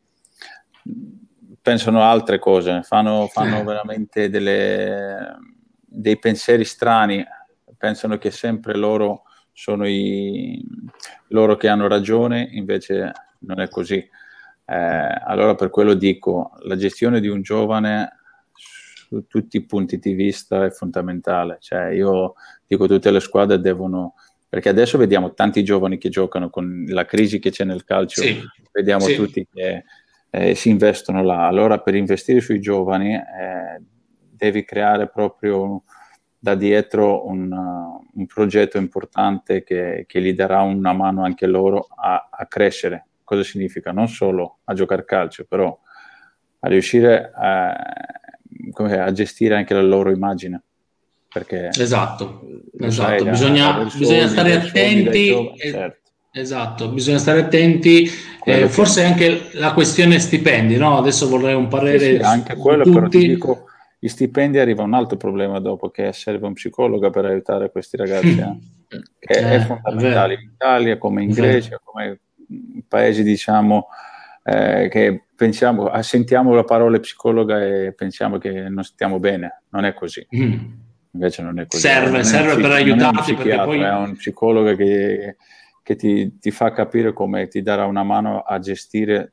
pensano a altre cose, fanno, fanno veramente delle, dei pensieri strani, pensano che sempre loro sono i loro che hanno ragione, invece non è così. Eh, allora per quello dico, la gestione di un giovane su tutti i punti di vista è fondamentale. Cioè io dico, tutte le squadre devono, perché adesso vediamo tanti giovani che giocano con la crisi che c'è nel calcio, sì, vediamo sì. tutti che eh, si investono là. Allora per investire sui giovani eh, devi creare proprio da dietro un, uh, un progetto importante che, che gli darà una mano anche loro a, a crescere. Cosa significa? Non solo a giocare calcio, però a riuscire a, come, a gestire anche la loro immagine. Perché esatto, esatto. Sai, bisogna, bisogna stare attenti. Giovani, eh, certo. Esatto, bisogna stare attenti. Eh, forse che... anche la questione stipendi, no? Adesso vorrei un parere sì, sì, anche su quello, tutti. Però ti dico, gli stipendi arriva un altro problema dopo, che serve un psicologo per aiutare questi ragazzi, eh? che eh, è fondamentale è in Italia come in Grecia, come in paesi diciamo eh, che pensiamo, sentiamo la parola psicologa e pensiamo che non stiamo bene, non è così. Mm. Invece non è così. Serve, è serve psico- per aiutarti, perché poi è un psicologo che, che ti, ti fa capire come ti darà una mano a gestire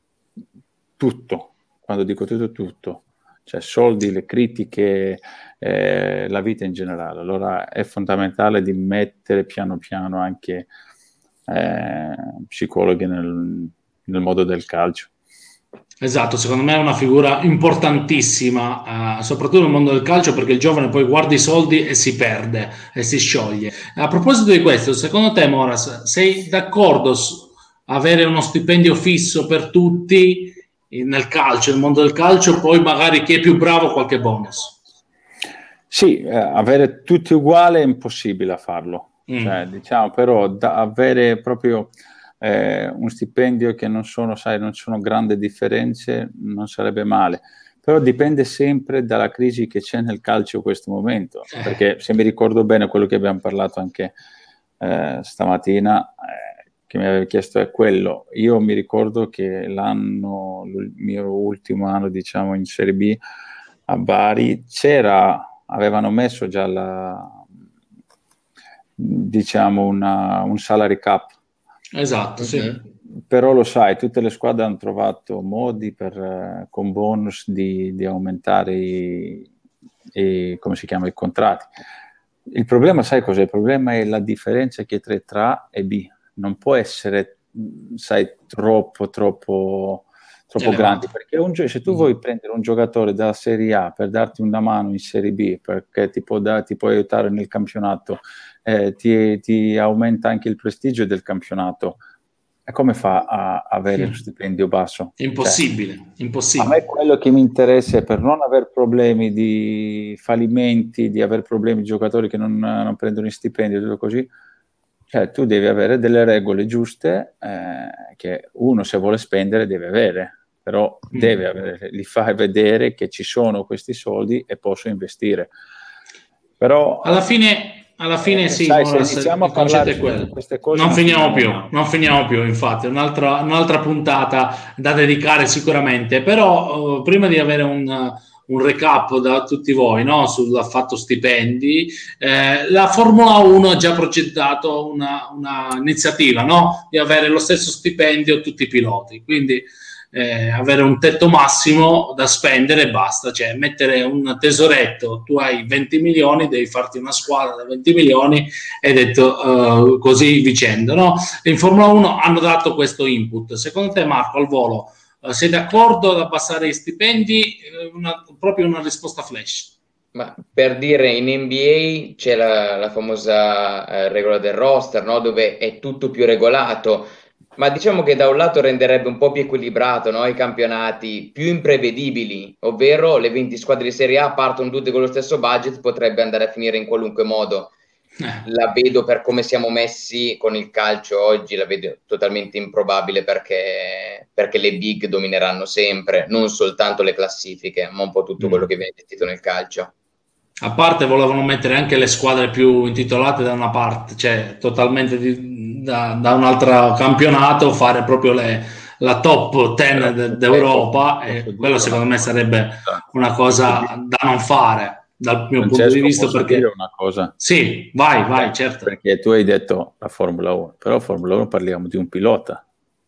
tutto. Quando dico tutto, tutto. Cioè soldi, le critiche, eh, la vita in generale. Allora è fondamentale di mettere piano piano anche eh, psicologi nel, nel mondo del calcio. Esatto, secondo me è una figura importantissima, uh, soprattutto nel mondo del calcio, perché il giovane poi guarda i soldi e si perde e si scioglie. A proposito di questo, secondo te, Moras, sei d'accordo su avere uno stipendio fisso per tutti nel calcio, nel mondo del calcio, poi magari chi è più bravo qualche bonus? Sì, eh, avere tutti uguali è impossibile a farlo, mm. cioè, diciamo, però da avere proprio eh, un stipendio che non sono, sai, non sono grandi differenze, non sarebbe male, però dipende sempre dalla crisi che c'è nel calcio in questo momento, eh. perché se mi ricordo bene quello che abbiamo parlato anche eh, stamattina, eh, che mi aveva chiesto è quello. Io mi ricordo che l'anno, il mio ultimo anno, diciamo, in Serie B a Bari, c'era, avevano messo già la, diciamo, una, un salary cap. Esatto, sì. Mm-hmm. Però lo sai, tutte le squadre hanno trovato modi per, con bonus di, di aumentare i, i, come si chiama, i contratti. Il problema, sai cos'è? Il problema è la differenza che c'è tra A e B. Non può essere, sai, troppo, troppo, troppo grande, perché un, se tu vuoi prendere un giocatore dalla Serie A per darti una mano in Serie B, perché ti può, da, ti può aiutare nel campionato, eh, ti, ti aumenta anche il prestigio del campionato, e come fa a avere uno stipendio basso? Impossibile, cioè, impossibile. A me quello che mi interessa è, per non avere problemi di fallimenti, di avere problemi di giocatori che non, non prendono i stipendi e tutto così, cioè tu devi avere delle regole giuste eh, che uno, se vuole spendere, deve avere, però mm. deve avere, li fai vedere che ci sono questi soldi e posso investire. Però alla fine, alla fine eh, sì, sai, se iniziamo a parlare di queste cose non finiamo più, non finiamo più, infatti, un'altra, un'altra puntata da dedicare sicuramente, però uh, prima di avere un un recap da tutti voi, no? Sul fatto stipendi, eh, la Formula uno ha già progettato una, una iniziativa, no? Di avere lo stesso stipendio tutti i piloti, quindi eh, avere un tetto massimo da spendere e basta, cioè mettere un tesoretto, tu hai venti milioni, devi farti una squadra da venti milioni e detto uh, così vicendo, no? In Formula uno hanno dato questo input. Secondo te, Marco, al volo, Uh, sei d'accordo ad abbassare gli stipendi? Una, proprio una risposta flash. Ma per dire, in N B A c'è la, la famosa eh, regola del roster, no? Dove è tutto più regolato. Ma diciamo che da un lato renderebbe un po' più equilibrato, no, i campionati, più imprevedibili, ovvero le venti squadre di Serie A partono tutte con lo stesso budget, potrebbe andare a finire in qualunque modo. Eh. La vedo, per come siamo messi con il calcio oggi, la vedo totalmente improbabile, perché, perché le big domineranno sempre, non soltanto le classifiche, ma un po' tutto Mm. quello che viene gestito nel calcio. A parte volevano mettere anche le squadre più intitolate da una parte, cioè totalmente di- da, da un altro campionato, fare proprio le, la top dieci de- d'Europa, e quello secondo me sarebbe una cosa da non fare dal mio punto di Francesco, vista, posso perché dire una cosa? sì, vai, vai, certo. Perché tu hai detto la Formula uno, però Formula uno parliamo di un pilota.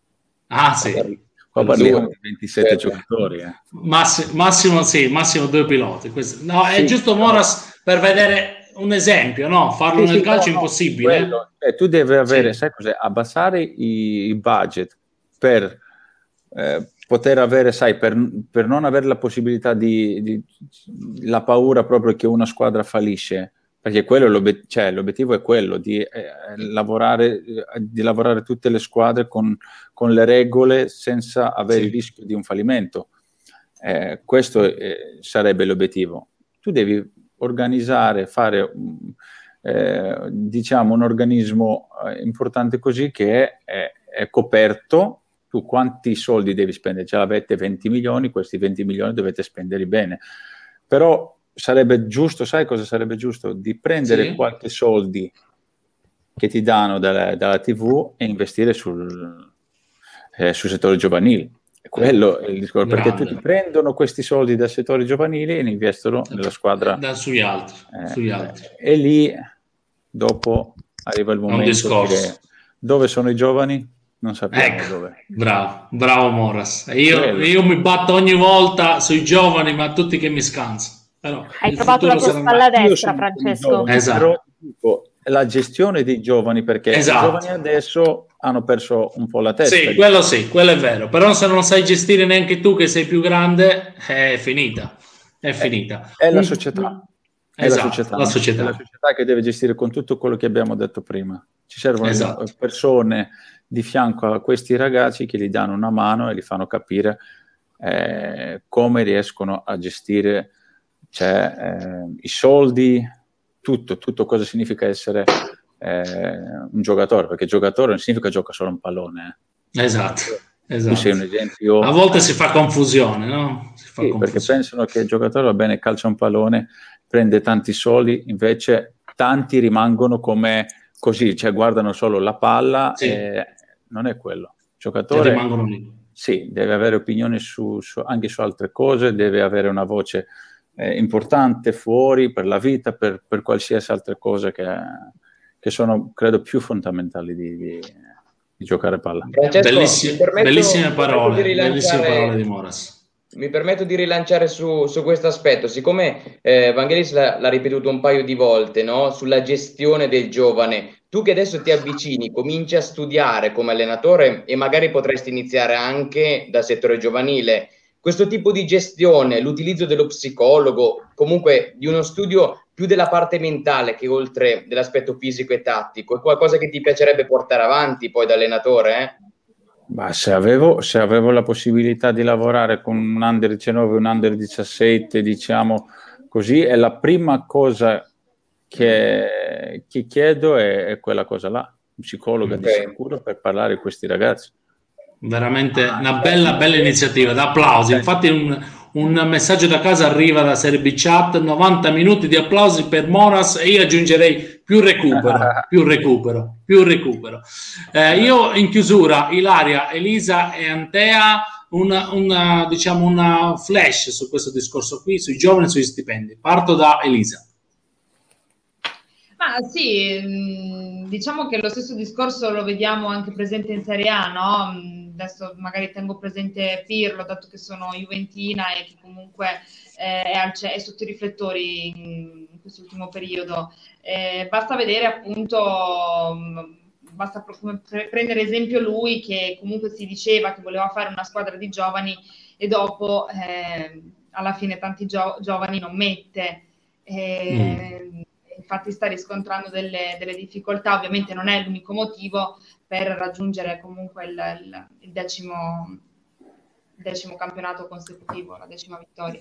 Ah sì, Qua parliamo Due. di ventisette Certo. giocatori. Eh. Massi- massimo sì, massimo due piloti. Questo- no, è Sì, giusto, Moras, per vedere un esempio, no? Farlo Sì, nel sì, calcio no, è no, impossibile. quello, cioè, tu devi avere, Sì. sai cos'è? Abbassare i, i budget per eh, poter avere, sai, per, per non avere la possibilità di, di la paura proprio che una squadra fallisce, perché quello è l'obiet- cioè, l'obiettivo è quello di eh, lavorare, eh, di lavorare tutte le squadre con, con le regole senza avere Sì. il rischio di un fallimento. Eh, questo eh, sarebbe l'obiettivo. Tu devi organizzare, fare um, eh, diciamo un organismo eh, importante così che è, è, è coperto. Tu quanti soldi devi spendere? Già avete venti milioni, questi venti milioni dovete spenderli bene. Però sarebbe giusto, sai cosa sarebbe giusto? Di prendere Sì. qualche soldi che ti danno dalla, dalla tivù e investire sul, eh, sul settore giovanile. Quello è il discorso, perché Grande. tutti prendono questi soldi dal settore giovanile e li investono nella squadra. Da, sugli altri, Eh, sugli altri. E lì dopo arriva il un momento discorso. che dove sono i giovani? Non sappiamo Ecco, dove. bravo, bravo Moras. E Io, Quello. io mi batto ogni volta sui giovani, ma tutti che mi scansano. Però Hai il trovato la futuro tua sarà spalla mai- Io destra, sono con i Francesco. giovani, Esatto. però dico, la gestione dei giovani, perché Esatto. i giovani adesso hanno perso un po' la testa. Sì, quello sì, quello è vero. Però se non sai gestire neanche tu, che sei più grande, è finita. È finita. È la Un- società. È Esatto, la società, la società. è la società che deve gestire con tutto quello che abbiamo detto prima. Ci servono Esatto. persone di fianco a questi ragazzi che gli danno una mano e li fanno capire eh, come riescono a gestire cioè, eh, i soldi, tutto, tutto cosa significa essere eh, un giocatore, perché giocatore non significa gioca solo un pallone. Eh. Esatto, Tu sei un esatto. esempio. A volte si fa confusione, no? Si fa Sì, perché confusione. pensano che il giocatore va bene, calcia un pallone, prende tanti soldi, invece tanti rimangono come così, cioè guardano solo la palla Sì. e non è quello. Il Che giocatore rimangono lì. sì, deve avere opinioni su, su- anche su altre cose, deve avere una voce eh, importante fuori per la vita, per, per qualsiasi altra cosa che, che sono, credo, più fondamentali di, di, di giocare palla. Francesco, Bellissi- mi permetto- bellissime mi permetto parole, di rilanciare- bellissime parole di Moras. Mi permetto di rilanciare su, su questo aspetto, siccome eh, Vangelis l'ha, l'ha ripetuto un paio di volte, no? Sulla gestione del giovane. Tu che adesso ti avvicini, cominci a studiare come allenatore e magari potresti iniziare anche dal settore giovanile. Questo tipo di gestione, l'utilizzo dello psicologo, comunque di uno studio più della parte mentale che oltre dell'aspetto fisico e tattico, è qualcosa che ti piacerebbe portare avanti poi da allenatore, eh? Ma se avevo, se avevo la possibilità di lavorare con un under diciannove, un under diciassette, diciamo così, è la prima cosa che, che chiedo è, è quella cosa là, un psicologo di Ok. sicuro per parlare con questi ragazzi. Veramente una bella, bella iniziativa, da applausi. Infatti un, un messaggio da casa arriva da Serie B Chat, novanta minuti di applausi per Moras e io aggiungerei più recupero, più recupero, più recupero. Eh, io in chiusura, Ilaria, Elisa e Antea, una, una, diciamo una flash su questo discorso qui, sui giovani e sugli stipendi. Parto da Elisa. Ma sì, mh, diciamo che lo stesso discorso lo vediamo anche presente in Serie A, no? Mh, Adesso magari tengo presente Pirlo, dato che sono juventina e che comunque eh, è, al ce- è sotto i riflettori in, in quest'ultimo periodo. Eh, basta vedere appunto, mh, basta pro- come pre- prendere esempio lui, che comunque si diceva che voleva fare una squadra di giovani e dopo eh, alla fine tanti gio- giovani non mette. Eh, infatti sta riscontrando delle, delle difficoltà, ovviamente non è l'unico motivo per raggiungere comunque il, il, il, decimo, il decimo campionato consecutivo, la decima vittoria.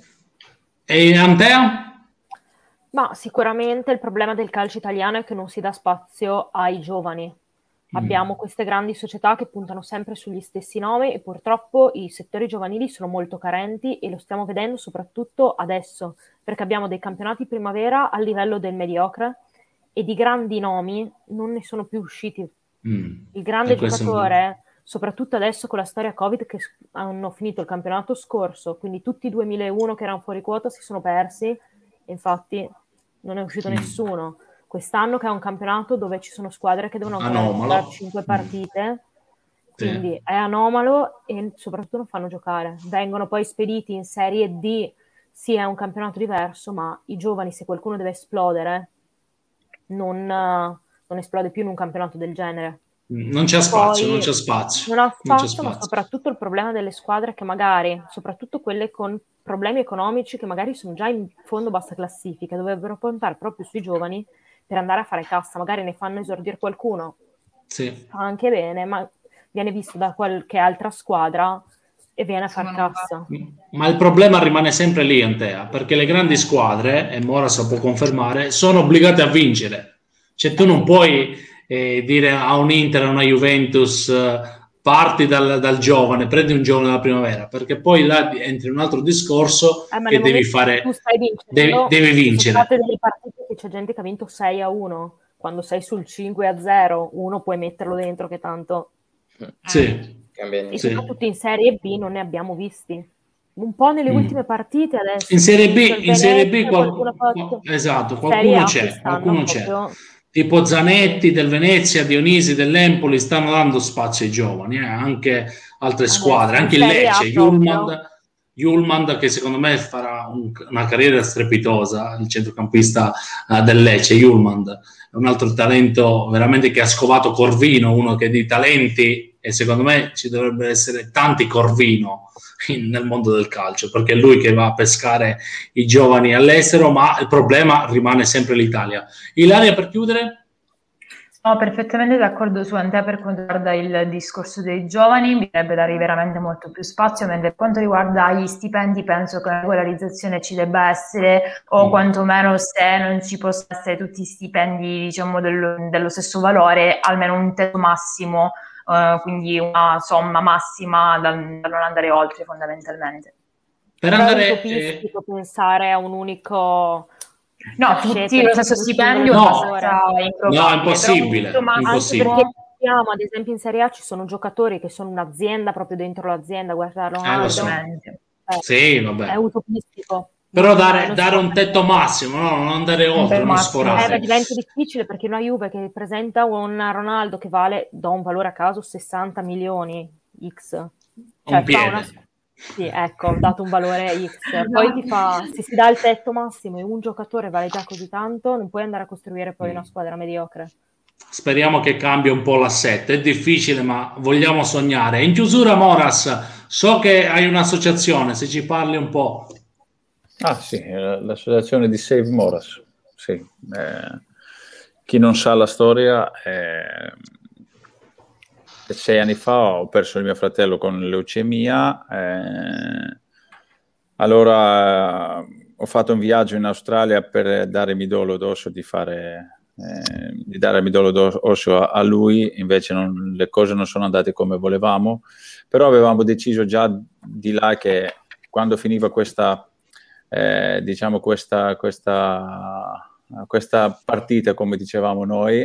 E Antea? Ma sicuramente il problema del calcio italiano è che non si dà spazio ai giovani. Abbiamo queste grandi società che puntano sempre sugli stessi nomi e purtroppo i settori giovanili sono molto carenti e lo stiamo vedendo soprattutto adesso, perché abbiamo dei campionati primavera al livello del mediocre e di grandi nomi non ne sono più usciti. Mm. Il grande giocatore, soprattutto adesso con la storia Covid, che hanno finito il campionato scorso, quindi tutti i duemilauno che erano fuori quota si sono persi e infatti non è uscito mm. nessuno. Quest'anno che è un campionato dove ci sono squadre che devono ancora giocare cinque partite, quindi sì. È anomalo e soprattutto non fanno giocare. Vengono poi spediti in Serie D, sì è un campionato diverso, ma i giovani, se qualcuno deve esplodere, non, non esplode più in un campionato del genere. Non c'è spazio, poi, non c'è spazio. Non ha spazio, non c'è spazio, ma soprattutto il problema delle squadre che magari, soprattutto quelle con problemi economici, che magari sono già in fondo bassa classifica, dovrebbero puntare proprio sui giovani per andare a fare cassa, magari ne fanno esordire qualcuno, sì. Fa anche bene, ma viene visto da qualche altra squadra e viene a fare cassa. Ma il problema rimane sempre lì, Antea, perché le grandi squadre, e Moras lo può confermare, sono obbligate a vincere. Cioè tu non puoi eh, dire a un Inter, a una Juventus, eh, parti dal, dal giovane, prendi un giovane dalla primavera, perché poi là entri in un altro discorso eh, che devi fare, tu stai devi, devi vincere. Sono state delle partite che c'è gente che ha vinto sei a uno, quando sei sul cinque a zero, uno puoi metterlo dentro che tanto... Sì. Eh. E soprattutto in Serie B non ne abbiamo visti. Un po' nelle mm. ultime partite adesso. In Serie B, in Serie B qualcuno, qualcuno esatto, qualcuno c'è, qualcuno c'è. Proprio... Tipo Zanetti del Venezia, Dionisi dell'Empoli stanno dando spazio ai giovani, eh? Anche altre squadre, anche il Lecce, Julmand, Julmand che secondo me farà un, una carriera strepitosa, il centrocampista uh, del Lecce, Julmand, è un altro talento veramente che ha scovato Corvino, uno che di talenti, e secondo me ci dovrebbero essere tanti Corvino in, nel mondo del calcio, perché è lui che va a pescare i giovani all'estero, ma il problema rimane sempre l'Italia. Ilaria, per chiudere? Sono perfettamente d'accordo su Andrea per quanto riguarda il discorso dei giovani, bisognerebbe dare veramente molto più spazio, mentre per quanto riguarda gli stipendi penso che una regolarizzazione ci debba essere, o mm. quantomeno se non ci possono essere tutti i stipendi diciamo dello, dello stesso valore, almeno un tetto massimo, uh, quindi una somma massima da, da non andare oltre fondamentalmente. Per andare, è utopistico eh... pensare a un unico... No, tutti lo stesso stipendio no, no, è impossibile, ma impossibile. Anche perché abbiamo, ad esempio in Serie A ci sono giocatori che sono un'azienda proprio dentro l'azienda, guardare eh, so. eh, sì, vabbè. È utopistico. Però dare, dare un tetto massimo, no? Non andare oltre, non sforare. Eh, diventa difficile perché una Juve che presenta un Ronaldo che vale, do un valore a caso, sessanta milioni X. Cioè, un piede. Una... Sì, ecco, ho dato un valore X, poi ti fa, se si dà il tetto massimo e un giocatore vale già così tanto, non puoi andare a costruire poi una squadra mediocre. Speriamo che cambi un po' l'assetto, è difficile ma vogliamo sognare. In chiusura Moras, so che hai un'associazione, se ci parli un po'. Ah sì, l'associazione di Save Moras, sì. Eh, chi non sa la storia... Eh... Sei anni fa ho perso il mio fratello con leucemia, eh, allora eh, ho fatto un viaggio in Australia per dare midollo d'osso, di fare eh, di dare midollo d'osso a, a lui, invece non, le cose non sono andate come volevamo, però avevamo deciso già di là che quando finiva questa eh, diciamo questa, questa, questa partita, come dicevamo noi,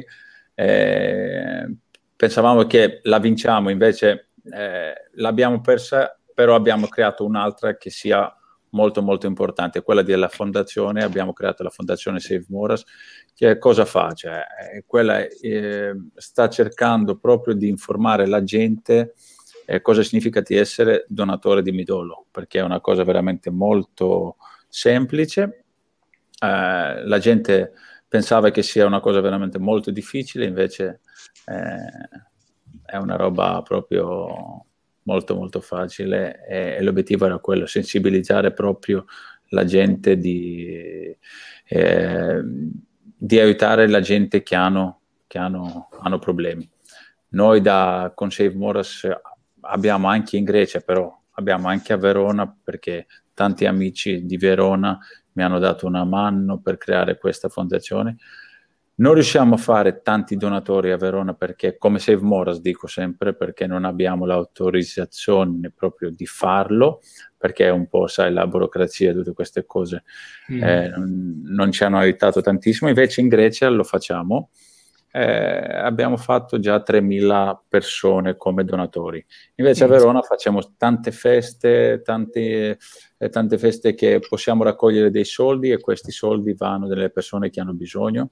eh, pensavamo che la vinciamo, invece eh, l'abbiamo persa, però abbiamo creato un'altra che sia molto molto importante, quella della fondazione. Abbiamo creato la fondazione Save Moras, che cosa fa? Cioè, quella eh, sta cercando proprio di informare la gente eh, cosa significa di essere donatore di midollo, perché è una cosa veramente molto semplice. Eh, la gente pensava che sia una cosa veramente molto difficile, invece Eh, è una roba proprio molto molto facile, e, e l'obiettivo era quello, sensibilizzare proprio la gente di, eh, di aiutare la gente che hanno, che hanno, hanno problemi. Noi da con Save Moras abbiamo anche in Grecia, però abbiamo anche a Verona, perché tanti amici di Verona mi hanno dato una mano per creare questa fondazione. Non riusciamo a fare tanti donatori a Verona perché, come Save Moras dico sempre, perché non abbiamo l'autorizzazione proprio di farlo, perché è un po', sai, la burocrazia e tutte queste cose mm. eh, non, non ci hanno aiutato tantissimo. Invece in Grecia lo facciamo. Eh, abbiamo fatto già tremila persone come donatori. Invece a Verona facciamo tante feste, tante, eh, tante feste che possiamo raccogliere dei soldi, e questi soldi vanno delle persone che hanno bisogno.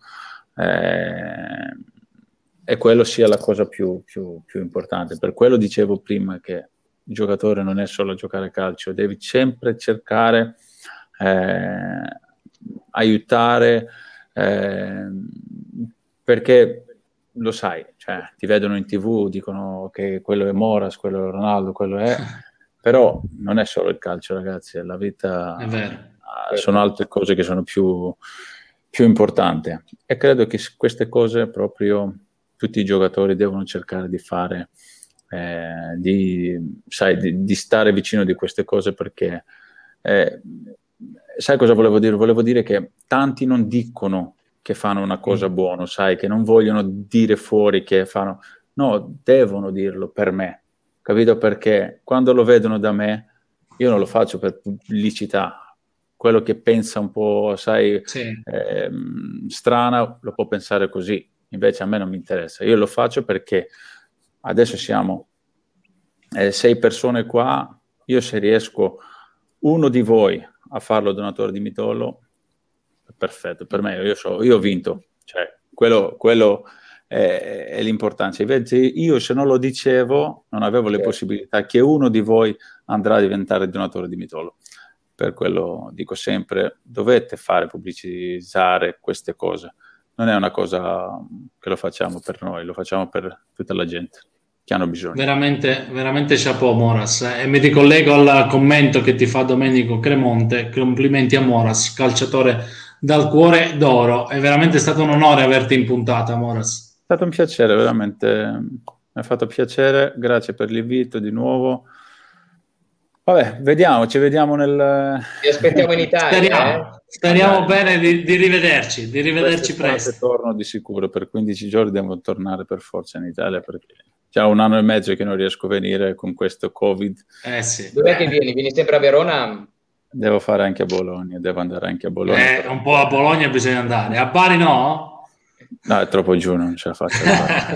Eh, e quello sia la cosa più, più, più importante. Per quello dicevo prima che il giocatore non è solo giocare a calcio, devi sempre cercare eh, aiutare, eh, perché lo sai, cioè, ti vedono in TV, dicono che quello è Moras, quello è Ronaldo, quello è, però non è solo il calcio, ragazzi, la vita è vero. Sono altre cose che sono più più importante, e credo che queste cose proprio tutti i giocatori devono cercare di fare, eh, di, sai, di, di stare vicino di queste cose, perché eh, sai cosa volevo dire? Volevo dire che tanti non dicono che fanno una cosa mm. buona, sai, che non vogliono dire fuori che fanno, no, devono dirlo per me, capito? Perché quando lo vedono da me, io non lo faccio per pubblicità. Quello che pensa un po', sai, sì. eh, strana, lo può pensare così. Invece a me non mi interessa. Io lo faccio perché adesso siamo eh, sei persone qua. Io, se riesco uno di voi a farlo donatore di midollo, perfetto. Per me, io, so, io ho vinto. Cioè, quello, quello è, è l'importanza. Invece io, se non lo dicevo, non avevo le sì. possibilità che uno di voi andrà a diventare donatore di midollo. Per quello dico sempre, dovete fare, pubblicizzare queste cose. Non è una cosa che lo facciamo per noi, lo facciamo per tutta la gente che hanno bisogno. Veramente, veramente chapeau, Moras. E mi ricollego al commento che ti fa Domenico Cremonte. Complimenti a Moras, calciatore dal cuore d'oro. È veramente stato un onore averti in puntata, Moras. È stato un piacere, veramente. Mi ha fatto piacere. Grazie per l'invito di nuovo. Vabbè, vediamo, ci vediamo nel... Ti aspettiamo in Italia. Speriamo, eh? speriamo bene di, di rivederci, di rivederci presto. Torno di sicuro, per quindici giorni devo tornare per forza in Italia, perché già un anno e mezzo che non riesco a venire con questo Covid. Eh sì. Dov'è che vieni? Vieni sempre a Verona? Devo fare anche a Bologna, devo andare anche a Bologna. Eh, un po' a Bologna bisogna andare, a Bari no? No, è troppo giù, non ce la faccio.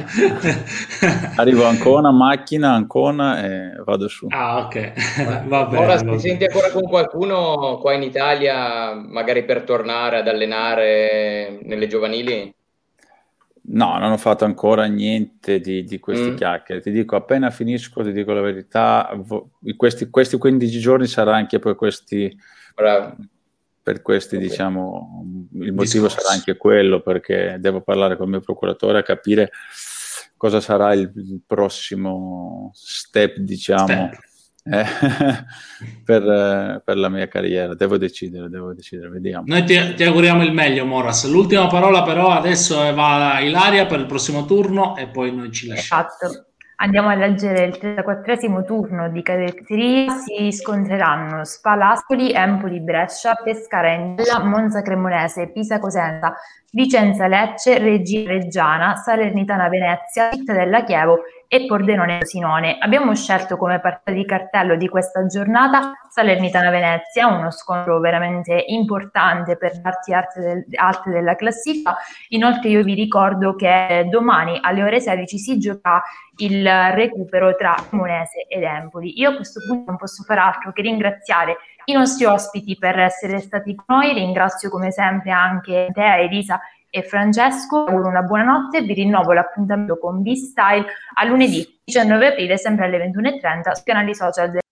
Arrivo a Ancona, macchina, Ancona, e vado su. Ah, ok. Va bene. Ora, va ti senti ancora con qualcuno qua in Italia, magari per tornare ad allenare nelle giovanili? No, non ho fatto ancora niente di, di questi mm. chiacchiere. Ti dico, appena finisco, ti dico la verità, questi, questi quindici giorni sarà anche per questi... Bravo. Per questi, okay. diciamo, il motivo Discorso. sarà anche quello, perché devo parlare con il mio procuratore a capire cosa sarà il, il prossimo step, diciamo, step. Eh, per, eh, per la mia carriera. Devo decidere, devo decidere, vediamo. Noi ti, ti auguriamo il meglio, Moras. L'ultima parola però adesso va a Ilaria per il prossimo turno e poi noi ci lasciamo. Esatto. Andiamo a leggere il trentaquattresimo turno di cadetteria. Si scontreranno Spalaspoli, Empoli Brescia, Pescara Entella, Monza Cremonese, Pisa Cosenza, Vicenza Lecce, Reggina Reggiana, Salernitana Venezia, Cittadella Chievo e Pordenone Sinone. Abbiamo scelto come partita di cartello di questa giornata Salernitana Venezia, uno scontro veramente importante per le parti alte della classifica. Inoltre io vi ricordo che domani alle ore sedici si gioca il recupero tra Cremonese ed Empoli. Io a questo punto non posso fare altro che ringraziare i nostri ospiti per essere stati con noi. Ringrazio come sempre anche te, Elisa e Francesco. Vi auguro una buona notte, vi rinnovo l'appuntamento con B-Style a lunedì diciannove aprile sempre alle ventuno e trenta sui canali social del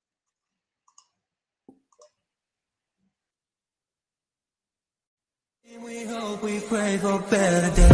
We hope, we pray for better days.